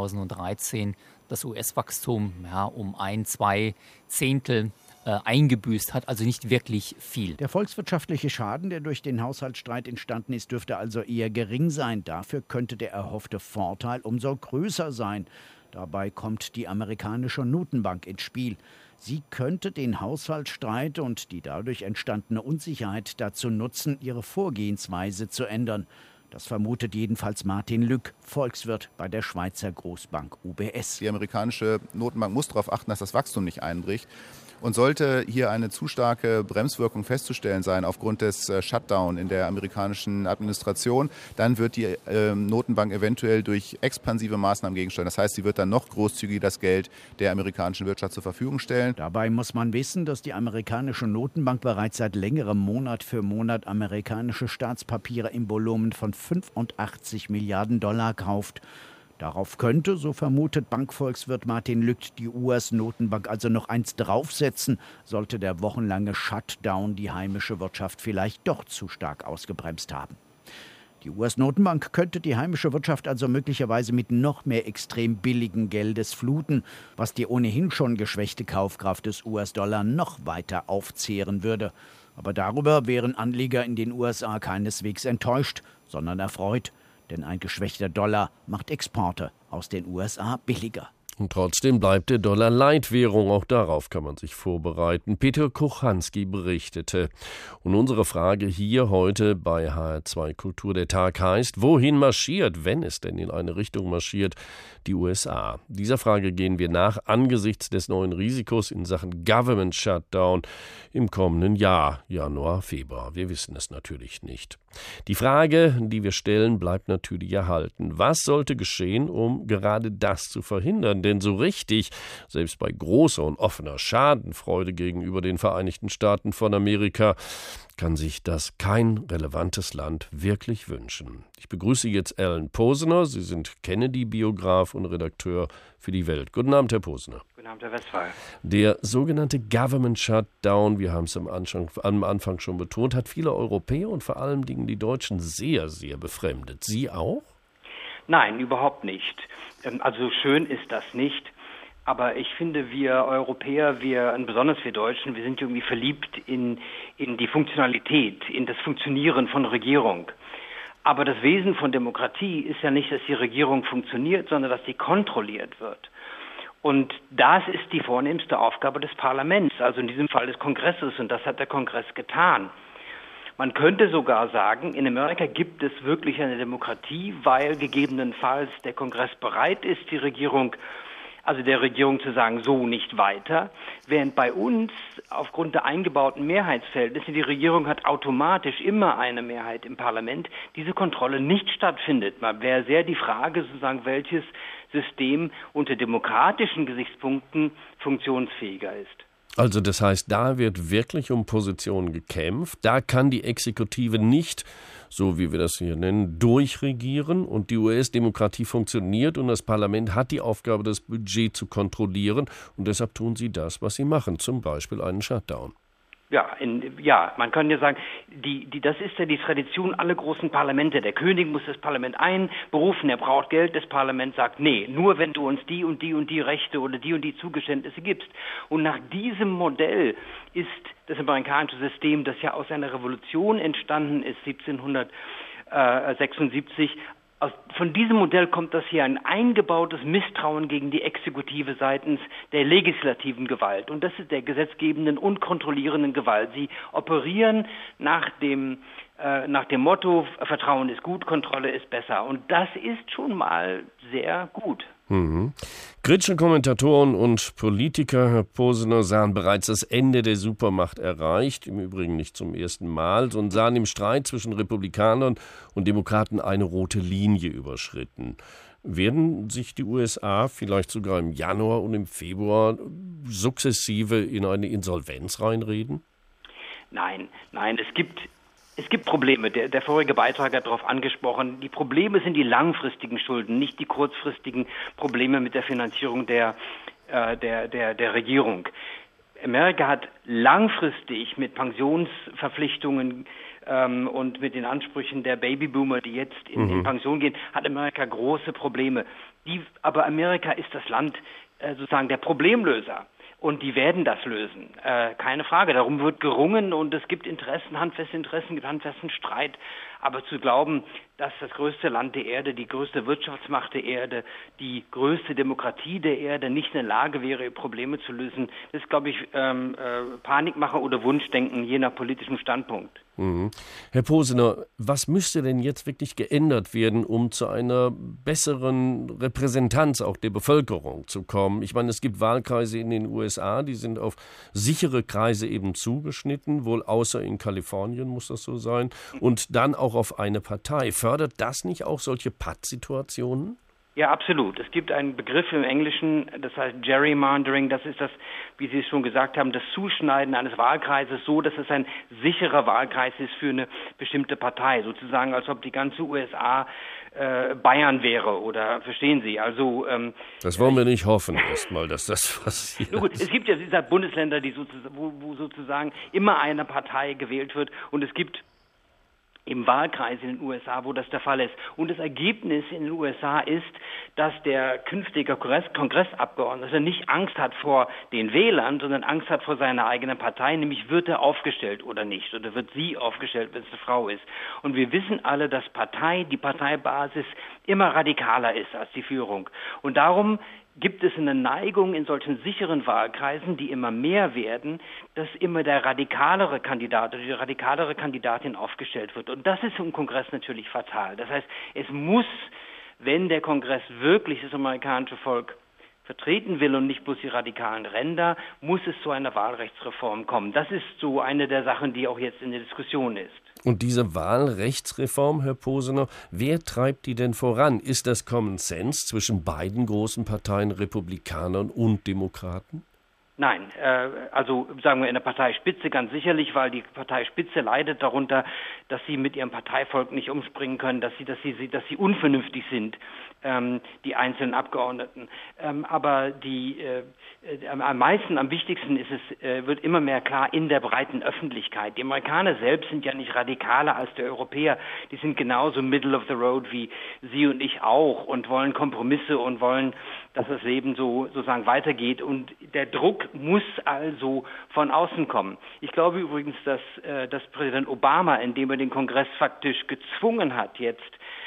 [SPEAKER 21] 2013 das US-Wachstum um 1-2 Zehntel eingebüßt hat, also nicht wirklich viel.
[SPEAKER 20] Der volkswirtschaftliche Schaden, der durch den Haushaltsstreit entstanden ist, dürfte also eher gering sein. Dafür könnte der erhoffte Vorteil umso größer sein. Dabei kommt die amerikanische Notenbank ins Spiel. Sie könnte den Haushaltsstreit und die dadurch entstandene Unsicherheit dazu nutzen, ihre Vorgehensweise zu ändern. Das vermutet jedenfalls Martin Lück, Volkswirt bei der Schweizer Großbank UBS.
[SPEAKER 22] Die amerikanische Notenbank muss darauf achten, dass das Wachstum nicht einbricht. Und sollte hier eine zu starke Bremswirkung festzustellen sein aufgrund des Shutdown in der amerikanischen Administration, dann wird die Notenbank eventuell durch expansive Maßnahmen gegensteuern. Das heißt, sie wird dann noch großzügiger das Geld der amerikanischen Wirtschaft zur Verfügung stellen.
[SPEAKER 20] Dabei muss man wissen, dass die amerikanische Notenbank bereits seit längerem Monat für Monat amerikanische Staatspapiere im Volumen von 85 Milliarden Dollar kauft. Darauf könnte, so vermutet Bankvolkswirt Martin Lück, die US-Notenbank also noch eins draufsetzen, sollte der wochenlange Shutdown die heimische Wirtschaft vielleicht doch zu stark ausgebremst haben. Die US-Notenbank könnte die heimische Wirtschaft also möglicherweise mit noch mehr extrem billigen Geldes fluten, was die ohnehin schon geschwächte Kaufkraft des US-Dollar noch weiter aufzehren würde. Aber darüber wären Anleger in den USA keineswegs enttäuscht, sondern erfreut. Denn ein geschwächter Dollar macht Exporte aus den USA billiger.
[SPEAKER 2] Und trotzdem bleibt der Dollar Leitwährung. Auch darauf kann man sich vorbereiten. Peter Kuchanski berichtete. Und unsere Frage hier heute bei HR2 Kultur der Tag heißt, wohin marschiert, wenn es denn in eine Richtung marschiert, die USA? Dieser Frage gehen wir nach angesichts des neuen Risikos in Sachen Government Shutdown im kommenden Jahr, Januar, Februar. Wir wissen es natürlich nicht. Die Frage, die wir stellen, bleibt natürlich erhalten. Was sollte geschehen, um gerade das zu verhindern? Denn so richtig, selbst bei großer und offener Schadenfreude gegenüber den Vereinigten Staaten von Amerika, kann sich das kein relevantes Land wirklich wünschen. Ich begrüße jetzt Alan Posner. Sie sind Kennedy-Biograf und Redakteur für die Welt. Guten Abend, Herr Posner.
[SPEAKER 23] Guten Abend, Herr Westphal.
[SPEAKER 2] Der sogenannte Government Shutdown, wir haben es am Anfang schon betont, hat viele Europäer und vor allem die Deutschen sehr, sehr befremdet. Sie auch?
[SPEAKER 23] Nein, überhaupt nicht. Also schön ist das nicht. Aber ich finde, wir Europäer, besonders wir Deutschen, wir sind irgendwie verliebt in die Funktionalität, in das Funktionieren von Regierung. Aber das Wesen von Demokratie ist ja nicht, dass die Regierung funktioniert, sondern dass sie kontrolliert wird. Und das ist die vornehmste Aufgabe des Parlaments, also in diesem Fall des Kongresses. Und das hat der Kongress getan. Man könnte sogar sagen, in Amerika gibt es wirklich eine Demokratie, weil gegebenenfalls der Kongress bereit ist, die Regierung also der Regierung zu sagen, so nicht weiter, während bei uns aufgrund der eingebauten Mehrheitsverhältnisse, die Regierung hat automatisch immer eine Mehrheit im Parlament, diese Kontrolle nicht stattfindet. Man wäre sehr die Frage sozusagen, welches System unter demokratischen Gesichtspunkten funktionsfähiger ist.
[SPEAKER 2] Also das heißt, da wird wirklich um Positionen gekämpft. Da kann die Exekutive nicht, so wie wir das hier nennen, durchregieren. Und die US-Demokratie funktioniert und das Parlament hat die Aufgabe, das Budget zu kontrollieren. Und deshalb tun sie das, was sie machen, zum Beispiel einen Shutdown.
[SPEAKER 23] Ja, man kann ja sagen, das ist ja die Tradition aller großen Parlamente. Der König muss das Parlament einberufen, er braucht Geld, das Parlament sagt, nee, nur wenn du uns die und die Rechte oder die Zugeständnisse gibst. Und nach diesem Modell ist das amerikanische System, das ja aus einer Revolution entstanden ist, 1776, von diesem Modell kommt das hier ein eingebautes Misstrauen gegen die Exekutive seitens der legislativen Gewalt. Und das ist der gesetzgebenden und kontrollierenden Gewalt. Sie operieren nach dem Motto, Vertrauen ist gut, Kontrolle ist besser. Und das ist schon mal sehr gut.
[SPEAKER 2] Kritische Kommentatoren und Politiker, Herr Posener, sahen bereits das Ende der Supermacht erreicht, im Übrigen nicht zum ersten Mal, und sahen im Streit zwischen Republikanern und Demokraten eine rote Linie überschritten. Werden sich die USA vielleicht sogar im Januar und im Februar sukzessive in eine Insolvenz reinreden?
[SPEAKER 23] Nein, es gibt Probleme. Der vorige Beitrag hat darauf angesprochen. Die Probleme sind die langfristigen Schulden, nicht die kurzfristigen Probleme mit der Finanzierung der Regierung. Amerika hat langfristig mit Pensionsverpflichtungen und mit den Ansprüchen der Babyboomer, die jetzt in Pension gehen, hat Amerika große Probleme. Aber Amerika ist das Land sozusagen der Problemlöser. Und die werden das lösen. Keine Frage. Darum wird gerungen und es gibt handfeste Interessen, gibt handfesten Streit. Aber zu glauben, dass das größte Land der Erde, die größte Wirtschaftsmacht der Erde, die größte Demokratie der Erde nicht in der Lage wäre, Probleme zu lösen, das ist, glaube ich, Panikmache oder Wunschdenken, je nach politischem Standpunkt.
[SPEAKER 2] Herr Posener, was müsste denn jetzt wirklich geändert werden, um zu einer besseren Repräsentanz auch der Bevölkerung zu kommen? Ich meine, es gibt Wahlkreise in den USA, die sind auf sichere Kreise eben zugeschnitten, wohl außer in Kalifornien muss das so sein, und dann auch auf eine Partei. Fördert das nicht auch solche Pattsituationen?
[SPEAKER 23] Ja, absolut. Es gibt einen Begriff im Englischen, das heißt Gerrymandering. Das ist das, wie Sie es schon gesagt haben, das Zuschneiden eines Wahlkreises so, dass es ein sicherer Wahlkreis ist für eine bestimmte Partei. Sozusagen, als ob die ganze USA Bayern wäre, oder verstehen Sie? Also
[SPEAKER 2] das wollen wir nicht hoffen erstmal, dass das passiert.
[SPEAKER 23] Gut, es gibt ja diese Bundesländer, wo sozusagen immer eine Partei gewählt wird, und es gibt im Wahlkreis in den USA, wo das der Fall ist. Und das Ergebnis in den USA ist, dass der künftige Kongressabgeordnete nicht Angst hat vor den Wählern, sondern Angst hat vor seiner eigenen Partei, nämlich wird er aufgestellt oder nicht, oder wird sie aufgestellt, wenn es eine Frau ist. Und wir wissen alle, dass die Parteibasis immer radikaler ist als die Führung. Und darum gibt es eine Neigung in solchen sicheren Wahlkreisen, die immer mehr werden, dass immer der radikalere Kandidat oder die radikalere Kandidatin aufgestellt wird. Und das ist im Kongress natürlich fatal. Das heißt, es muss, wenn der Kongress wirklich das amerikanische Volk vertreten will und nicht bloß die radikalen Ränder, muss es zu einer Wahlrechtsreform kommen. Das ist so eine der Sachen, die auch jetzt in der Diskussion ist.
[SPEAKER 2] Und diese Wahlrechtsreform, Herr Posener, wer treibt die denn voran? Ist das Common Sense zwischen beiden großen Parteien, Republikanern und Demokraten?
[SPEAKER 23] Nein, also sagen wir in der Parteispitze ganz sicherlich, weil die Parteispitze leidet darunter, dass sie mit ihrem Parteivolk nicht umspringen können, dass sie unvernünftig sind, die einzelnen Abgeordneten. Aber am wichtigsten ist es, wird immer mehr klar in der breiten Öffentlichkeit. Die Amerikaner selbst sind ja nicht radikaler als die Europäer. Die sind genauso middle of the road wie Sie und ich auch und wollen Kompromisse und wollen, dass das Leben sozusagen weitergeht. Und der Druck muss also von außen kommen. Ich glaube übrigens, dass Präsident Obama, indem er den Kongress faktisch gezwungen hat, jetzt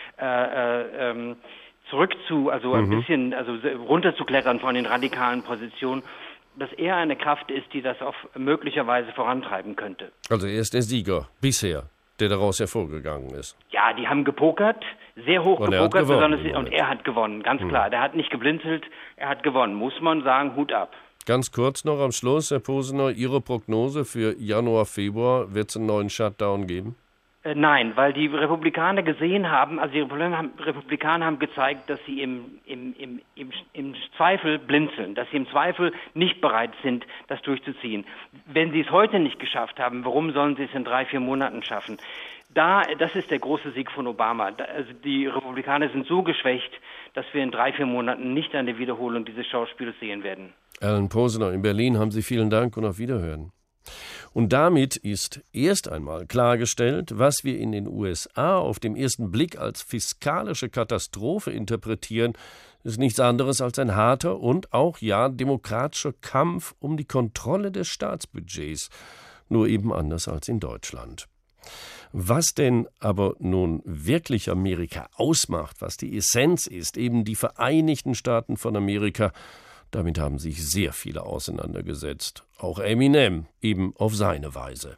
[SPEAKER 23] ein bisschen runterzuklettern von den radikalen Positionen, dass er eine Kraft ist, die das auf möglicherweise vorantreiben könnte.
[SPEAKER 2] Also er ist der Sieger bisher, der daraus hervorgegangen ist.
[SPEAKER 23] Ja, die haben gepokert. sehr hoch gepokert, besonders,
[SPEAKER 2] und
[SPEAKER 23] er hat gewonnen, ganz klar. Der hat nicht geblinzelt, er hat gewonnen. Muss man sagen, Hut ab.
[SPEAKER 2] Ganz kurz noch am Schluss, Herr Posener, Ihre Prognose für Januar, Februar, wird es einen neuen Shutdown geben?
[SPEAKER 23] Nein, weil die Republikaner gesehen haben, also die Republikaner haben gezeigt, dass sie im Zweifel blinzeln, dass sie im Zweifel nicht bereit sind, das durchzuziehen. Wenn sie es heute nicht geschafft haben, warum sollen sie es in 3-4 Monaten schaffen? Das ist der große Sieg von Obama. Also die Republikaner sind so geschwächt, dass wir in 3-4 Monaten nicht eine Wiederholung dieses Schauspiels sehen werden.
[SPEAKER 2] Alan Posener in Berlin, haben Sie vielen Dank und auf Wiederhören. Und damit ist erst einmal klargestellt, was wir in den USA auf den ersten Blick als fiskalische Katastrophe interpretieren, ist nichts anderes als ein harter und auch demokratischer Kampf um die Kontrolle des Staatsbudgets, nur eben anders als in Deutschland. Was denn aber nun wirklich Amerika ausmacht, was die Essenz ist, eben die Vereinigten Staaten von Amerika, damit haben sich sehr viele auseinandergesetzt. Auch Eminem, eben auf seine Weise.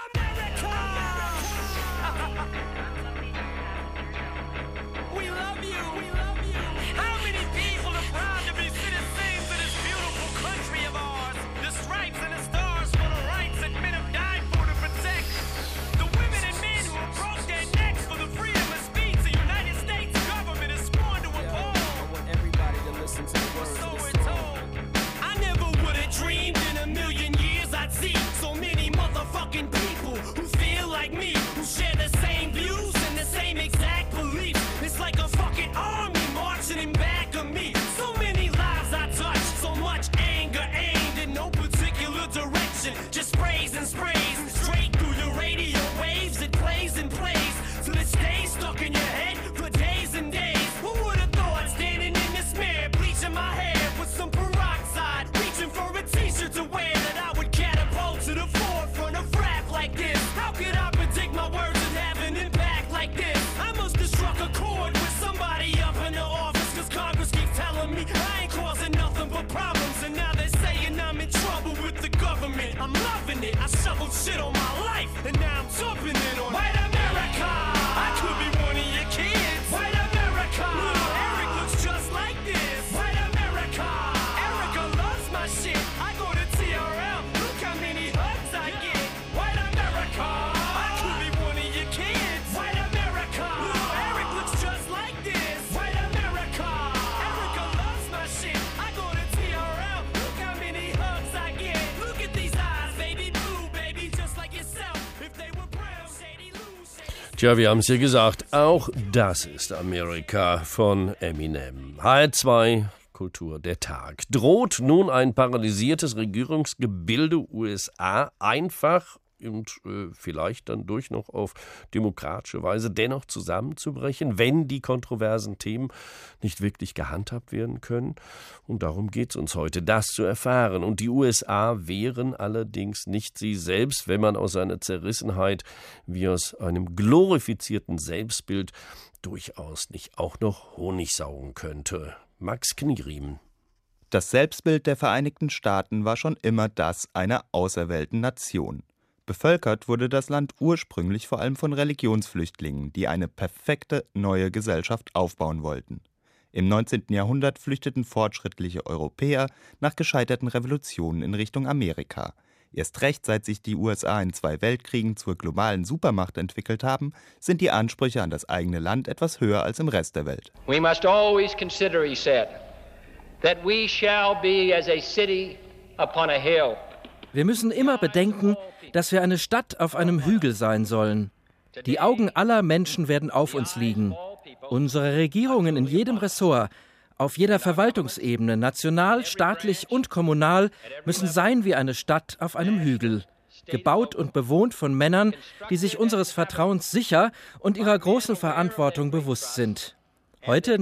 [SPEAKER 2] Tja, wir haben es ja gesagt, auch das ist Amerika von Eminem. HR2 Kultur der Tag. Droht nun ein paralysiertes Regierungsgebilde USA einfach und vielleicht dann durch noch auf demokratische Weise dennoch zusammenzubrechen, wenn die kontroversen Themen nicht wirklich gehandhabt werden können? Und darum geht es uns heute, das zu erfahren. Und die USA wären allerdings nicht sie selbst, wenn man aus einer Zerrissenheit wie aus einem glorifizierten Selbstbild durchaus nicht auch noch Honig saugen könnte. Max Knierim.
[SPEAKER 1] Das Selbstbild der Vereinigten Staaten war schon immer das einer auserwählten Nation. Bevölkert wurde das Land ursprünglich vor allem von Religionsflüchtlingen, die eine perfekte neue Gesellschaft aufbauen wollten. Im 19. Jahrhundert flüchteten fortschrittliche Europäer nach gescheiterten Revolutionen in Richtung Amerika. Erst recht, seit sich die USA in 2 Weltkriegen zur globalen Supermacht entwickelt haben, sind die Ansprüche an das eigene Land etwas höher als im Rest der Welt.
[SPEAKER 4] We must always consider, he said, that we shall be as a city upon a hill.
[SPEAKER 7] Wir müssen immer bedenken, dass wir eine Stadt auf einem Hügel sein sollen. Die Augen aller Menschen werden auf uns liegen. Unsere Regierungen in jedem Ressort, auf jeder Verwaltungsebene, national, staatlich und kommunal, müssen sein wie eine Stadt auf einem Hügel. Gebaut und bewohnt von Männern, die sich unseres Vertrauens sicher und ihrer großen Verantwortung bewusst sind. Heute,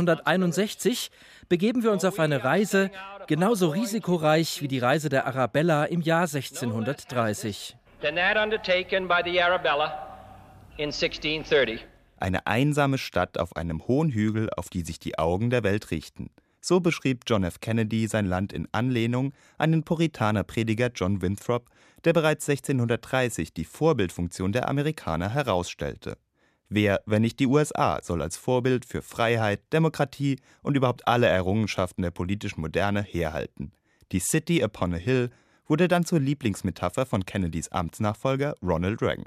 [SPEAKER 7] 1961, begeben wir uns auf eine Reise, genauso risikoreich wie die Reise der Arabella im Jahr 1630.
[SPEAKER 1] Eine einsame Stadt auf einem hohen Hügel, auf die sich die Augen der Welt richten. So beschrieb John F. Kennedy sein Land in Anlehnung an den Puritanerprediger John Winthrop, der bereits 1630 die Vorbildfunktion der Amerikaner herausstellte. Wer, wenn nicht die USA, soll als Vorbild für Freiheit, Demokratie und überhaupt alle Errungenschaften der politischen Moderne herhalten? Die City upon a Hill wurde dann zur Lieblingsmetapher von Kennedys Amtsnachfolger Ronald Reagan.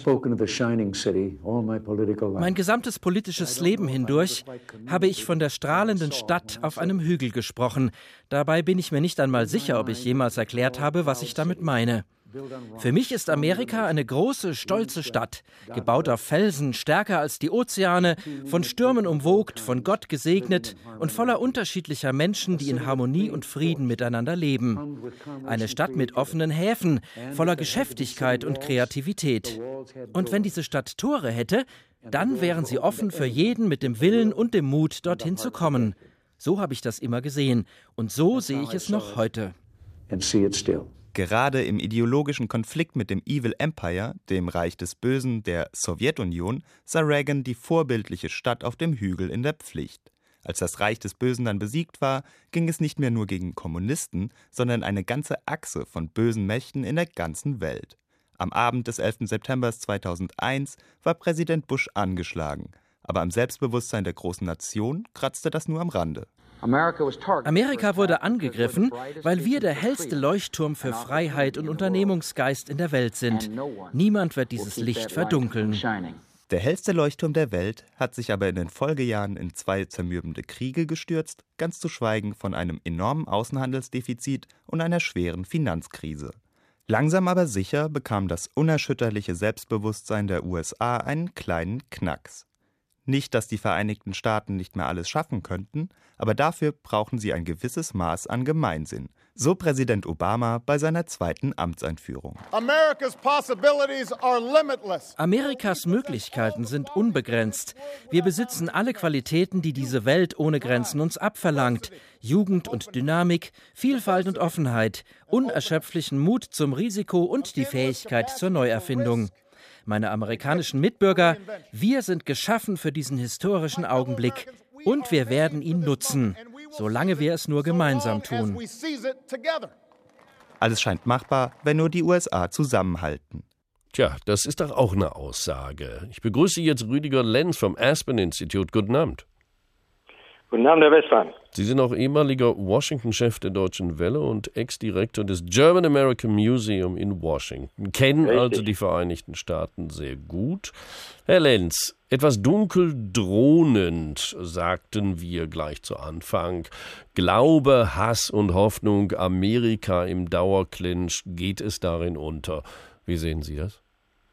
[SPEAKER 7] Mein gesamtes politisches Leben hindurch habe ich von der strahlenden Stadt auf einem Hügel gesprochen. Dabei bin ich mir nicht einmal sicher, ob ich jemals erklärt habe, was ich damit meine. Für mich ist Amerika eine große, stolze Stadt, gebaut auf Felsen, stärker als die Ozeane, von Stürmen umwogt, von Gott gesegnet und voller unterschiedlicher Menschen, die in Harmonie und Frieden miteinander leben. Eine Stadt mit offenen Häfen, voller Geschäftigkeit und Kreativität. Und wenn diese Stadt Tore hätte, dann wären sie offen für jeden mit dem Willen und dem Mut, dorthin zu kommen. So habe ich das immer gesehen und so sehe ich es noch heute.
[SPEAKER 1] Gerade im ideologischen Konflikt mit dem Evil Empire, dem Reich des Bösen, der Sowjetunion, sah Reagan die vorbildliche Stadt auf dem Hügel in der Pflicht. Als das Reich des Bösen dann besiegt war, ging es nicht mehr nur gegen Kommunisten, sondern eine ganze Achse von bösen Mächten in der ganzen Welt. Am Abend des 11. September 2001 war Präsident Bush angeschlagen, aber am Selbstbewusstsein der großen Nation kratzte das nur am Rande.
[SPEAKER 7] Amerika wurde angegriffen, weil wir der hellste Leuchtturm für Freiheit und Unternehmungsgeist in der Welt sind. Niemand wird dieses Licht verdunkeln.
[SPEAKER 1] Der hellste Leuchtturm der Welt hat sich aber in den Folgejahren in 2 zermürbende Kriege gestürzt, ganz zu schweigen von einem enormen Außenhandelsdefizit und einer schweren Finanzkrise. Langsam aber sicher bekam das unerschütterliche Selbstbewusstsein der USA einen kleinen Knacks. Nicht, dass die Vereinigten Staaten nicht mehr alles schaffen könnten, aber dafür brauchen sie ein gewisses Maß an Gemeinsinn. So Präsident Obama bei seiner 2. Amtseinführung.
[SPEAKER 7] Amerikas Möglichkeiten sind unbegrenzt. Wir besitzen alle Qualitäten, die diese Welt ohne Grenzen uns abverlangt. Jugend und Dynamik, Vielfalt und Offenheit, unerschöpflichen Mut zum Risiko und die Fähigkeit zur Neuerfindung. Meine amerikanischen Mitbürger, wir sind geschaffen für diesen historischen Augenblick und wir werden ihn nutzen, solange wir es nur gemeinsam tun.
[SPEAKER 1] Alles scheint machbar, wenn nur die USA zusammenhalten.
[SPEAKER 2] Tja, das ist doch auch eine Aussage. Ich begrüße jetzt Rüdiger Lenz vom Aspen Institute. Guten Abend.
[SPEAKER 6] Guten Abend, Herr Westphal.
[SPEAKER 2] Sie sind auch ehemaliger Washington-Chef der Deutschen Welle und Ex-Direktor des German American Museum in Washington. Kennen also die Vereinigten Staaten sehr gut. Herr Lenz, etwas dunkel drohnend sagten wir gleich zu Anfang. Glaube, Hass und Hoffnung, Amerika im Dauerclinch, geht es darin unter? Wie sehen Sie das?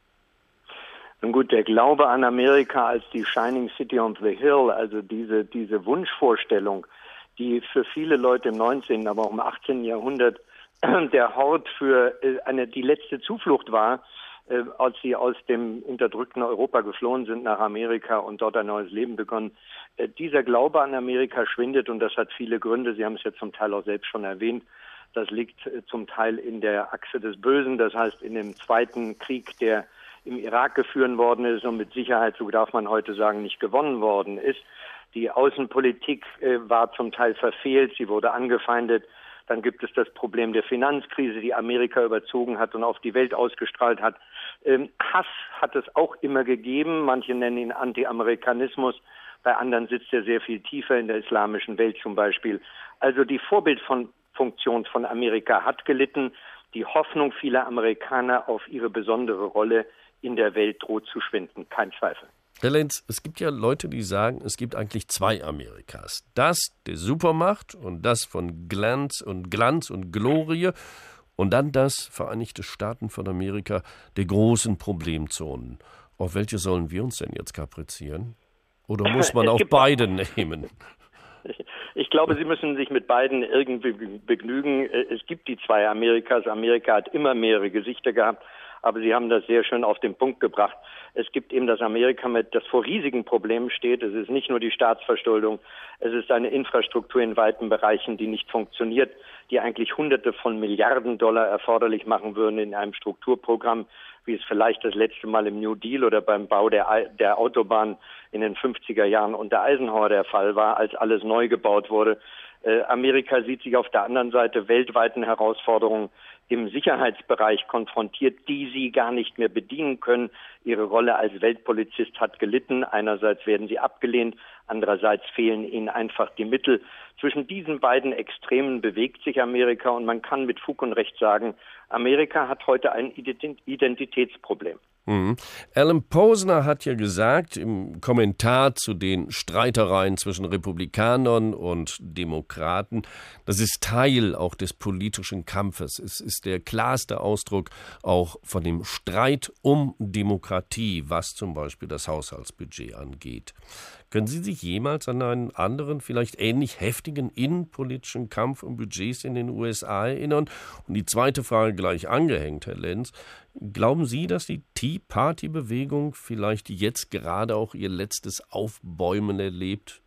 [SPEAKER 6] Nun gut, der Glaube an Amerika als die Shining City on the Hill, also diese Wunschvorstellung, die für viele Leute im 19., aber auch im 18. Jahrhundert der Hort für die letzte Zuflucht war, als sie aus dem unterdrückten Europa geflohen sind nach Amerika und dort ein neues Leben begonnen. Dieser Glaube an Amerika schwindet und das hat viele Gründe. Sie haben es ja zum Teil auch selbst schon erwähnt. Das liegt zum Teil in der Achse des Bösen, das heißt in dem Zweiten Krieg, der im Irak geführt worden ist und mit Sicherheit, so darf man heute sagen, nicht gewonnen worden ist. Die Außenpolitik war zum Teil verfehlt, sie wurde angefeindet. Dann gibt es das Problem der Finanzkrise, die Amerika überzogen hat und auf die Welt ausgestrahlt hat. Hass hat es auch immer gegeben, manche nennen ihn Anti-Amerikanismus, bei anderen sitzt er sehr viel tiefer in der islamischen Welt zum Beispiel. Also die Vorbildfunktion von Amerika hat gelitten. Die Hoffnung vieler Amerikaner auf ihre besondere Rolle in der Welt droht zu schwinden, kein Zweifel.
[SPEAKER 2] Herr Lenz, es gibt ja Leute, die sagen, es gibt eigentlich 2 Amerikas. Das der Supermacht und das von Glanz und Glorie und dann das Vereinigte Staaten von Amerika der großen Problemzonen. Auf welche sollen wir uns denn jetzt kaprizieren? Oder muss man auch beide nehmen?
[SPEAKER 6] Ich glaube, Sie müssen sich mit beiden irgendwie begnügen. Es gibt die 2 Amerikas. Amerika hat immer mehrere Gesichter gehabt. Aber Sie haben das sehr schön auf den Punkt gebracht. Es gibt eben das Amerika, das vor riesigen Problemen steht. Es ist nicht nur die Staatsverschuldung, es ist eine Infrastruktur in weiten Bereichen, die nicht funktioniert, die eigentlich Hunderte von Milliarden Dollar erforderlich machen würden in einem Strukturprogramm, wie es vielleicht das letzte Mal im New Deal oder beim Bau der Autobahn in den 50er Jahren unter Eisenhower der Fall war, als alles neu gebaut wurde. Amerika sieht sich auf der anderen Seite weltweiten Herausforderungen im Sicherheitsbereich konfrontiert, die sie gar nicht mehr bedienen können. Ihre Rolle als Weltpolizist hat gelitten. Einerseits werden sie abgelehnt, andererseits fehlen ihnen einfach die Mittel. Zwischen diesen beiden Extremen bewegt sich Amerika und man kann mit Fug und Recht sagen, Amerika hat heute ein Identitätsproblem.
[SPEAKER 2] Alan Posner hat ja gesagt im Kommentar zu den Streitereien zwischen Republikanern und Demokraten, das ist Teil auch des politischen Kampfes. Es ist der klarste Ausdruck auch von dem Streit um Demokratie, was zum Beispiel das Haushaltsbudget angeht. Können Sie sich jemals an einen anderen, vielleicht ähnlich heftigen innenpolitischen Kampf um Budgets in den USA erinnern? Und die zweite Frage gleich angehängt, Herr Lenz. Glauben Sie, dass die Tea Party-Bewegung vielleicht jetzt gerade auch ihr letztes Aufbäumen erlebt?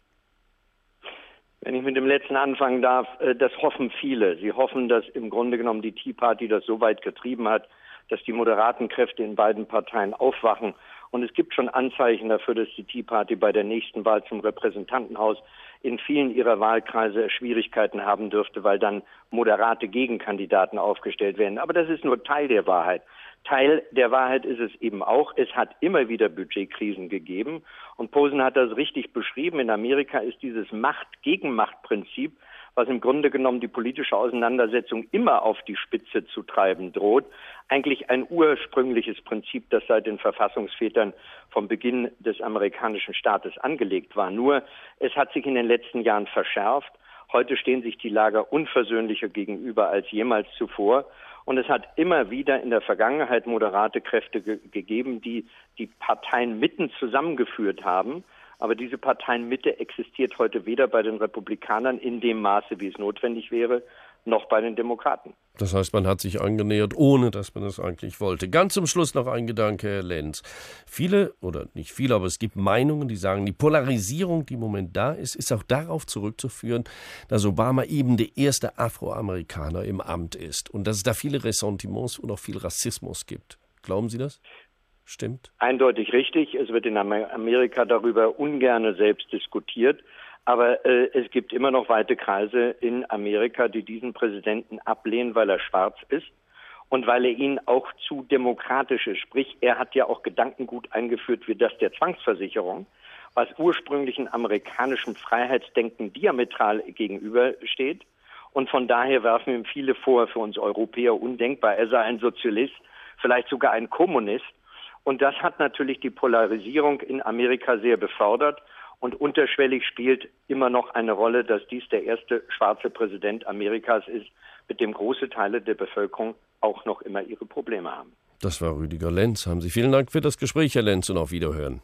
[SPEAKER 6] Wenn ich mit dem letzten anfangen darf, das hoffen viele. Sie hoffen, dass im Grunde genommen die Tea Party das so weit getrieben hat, dass die moderaten Kräfte in beiden Parteien aufwachen. Und es gibt schon Anzeichen dafür, dass die Tea Party bei der nächsten Wahl zum Repräsentantenhaus in vielen ihrer Wahlkreise Schwierigkeiten haben dürfte, weil dann moderate Gegenkandidaten aufgestellt werden. Aber das ist nur Teil der Wahrheit. Teil der Wahrheit ist es eben auch, es hat immer wieder Budgetkrisen gegeben. Und Posen hat das richtig beschrieben. In Amerika ist dieses Macht-Gegen-Macht-Prinzip, was im Grunde genommen die politische Auseinandersetzung immer auf die Spitze zu treiben droht, eigentlich ein ursprüngliches Prinzip, das seit den Verfassungsvätern vom Beginn des amerikanischen Staates angelegt war. Nur, es hat sich in den letzten Jahren verschärft. Heute stehen sich die Lager unversöhnlicher gegenüber als jemals zuvor. Und es hat immer wieder in der Vergangenheit moderate Kräfte gegeben, die die Parteien mitten zusammengeführt haben. Aber diese Parteienmitte existiert heute weder bei den Republikanern in dem Maße, wie es notwendig wäre, noch bei den Demokraten.
[SPEAKER 2] Das heißt, man hat sich angenähert, ohne dass man es eigentlich wollte. Ganz zum Schluss noch ein Gedanke, Herr Lenz. Viele, oder nicht viele, aber es gibt Meinungen, die sagen, die Polarisierung, die im Moment da ist, ist auch darauf zurückzuführen, dass Obama eben der erste Afroamerikaner im Amt ist und dass es da viele Ressentiments und auch viel Rassismus gibt. Glauben Sie das? Stimmt?
[SPEAKER 6] Eindeutig richtig. Es wird in Amerika darüber ungern selbst diskutiert. Aber es gibt immer noch weite Kreise in Amerika, die diesen Präsidenten ablehnen, weil er schwarz ist und weil er ihn auch zu demokratisch ist. Sprich, er hat ja auch Gedankengut eingeführt wie das der Zwangsversicherung, was ursprünglichen amerikanischem Freiheitsdenken diametral gegenübersteht. Und von daher werfen ihm viele vor, für uns Europäer undenkbar, er sei ein Sozialist, vielleicht sogar ein Kommunist. Und das hat natürlich die Polarisierung in Amerika sehr befördert. Und unterschwellig spielt immer noch eine Rolle, dass dies der erste schwarze Präsident Amerikas ist, mit dem große Teile der Bevölkerung auch noch immer ihre Probleme haben.
[SPEAKER 2] Das war Rüdiger Lenz. Haben Sie vielen Dank für das Gespräch, Herr Lenz, und auf Wiederhören.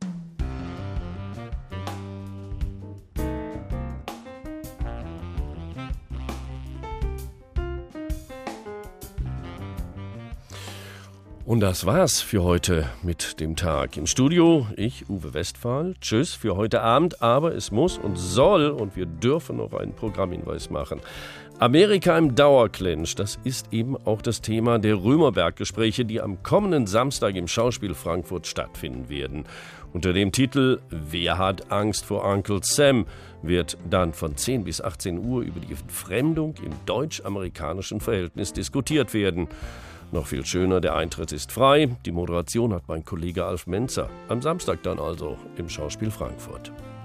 [SPEAKER 2] Und das war's für heute mit dem Tag. Im Studio, ich, Uwe Westphal. Tschüss für heute Abend, aber es muss und soll und wir dürfen noch einen Programmhinweis machen. Amerika im Dauerclinch, das ist eben auch das Thema der Römerberg-Gespräche, die am kommenden Samstag im Schauspiel Frankfurt stattfinden werden. Unter dem Titel Wer hat Angst vor Uncle Sam wird dann von 10 bis 18 Uhr über die Entfremdung im deutsch-amerikanischen Verhältnis diskutiert werden. Noch viel schöner, der Eintritt ist frei. Die Moderation hat mein Kollege Alf Menzer. Am Samstag dann also im Schauspiel Frankfurt.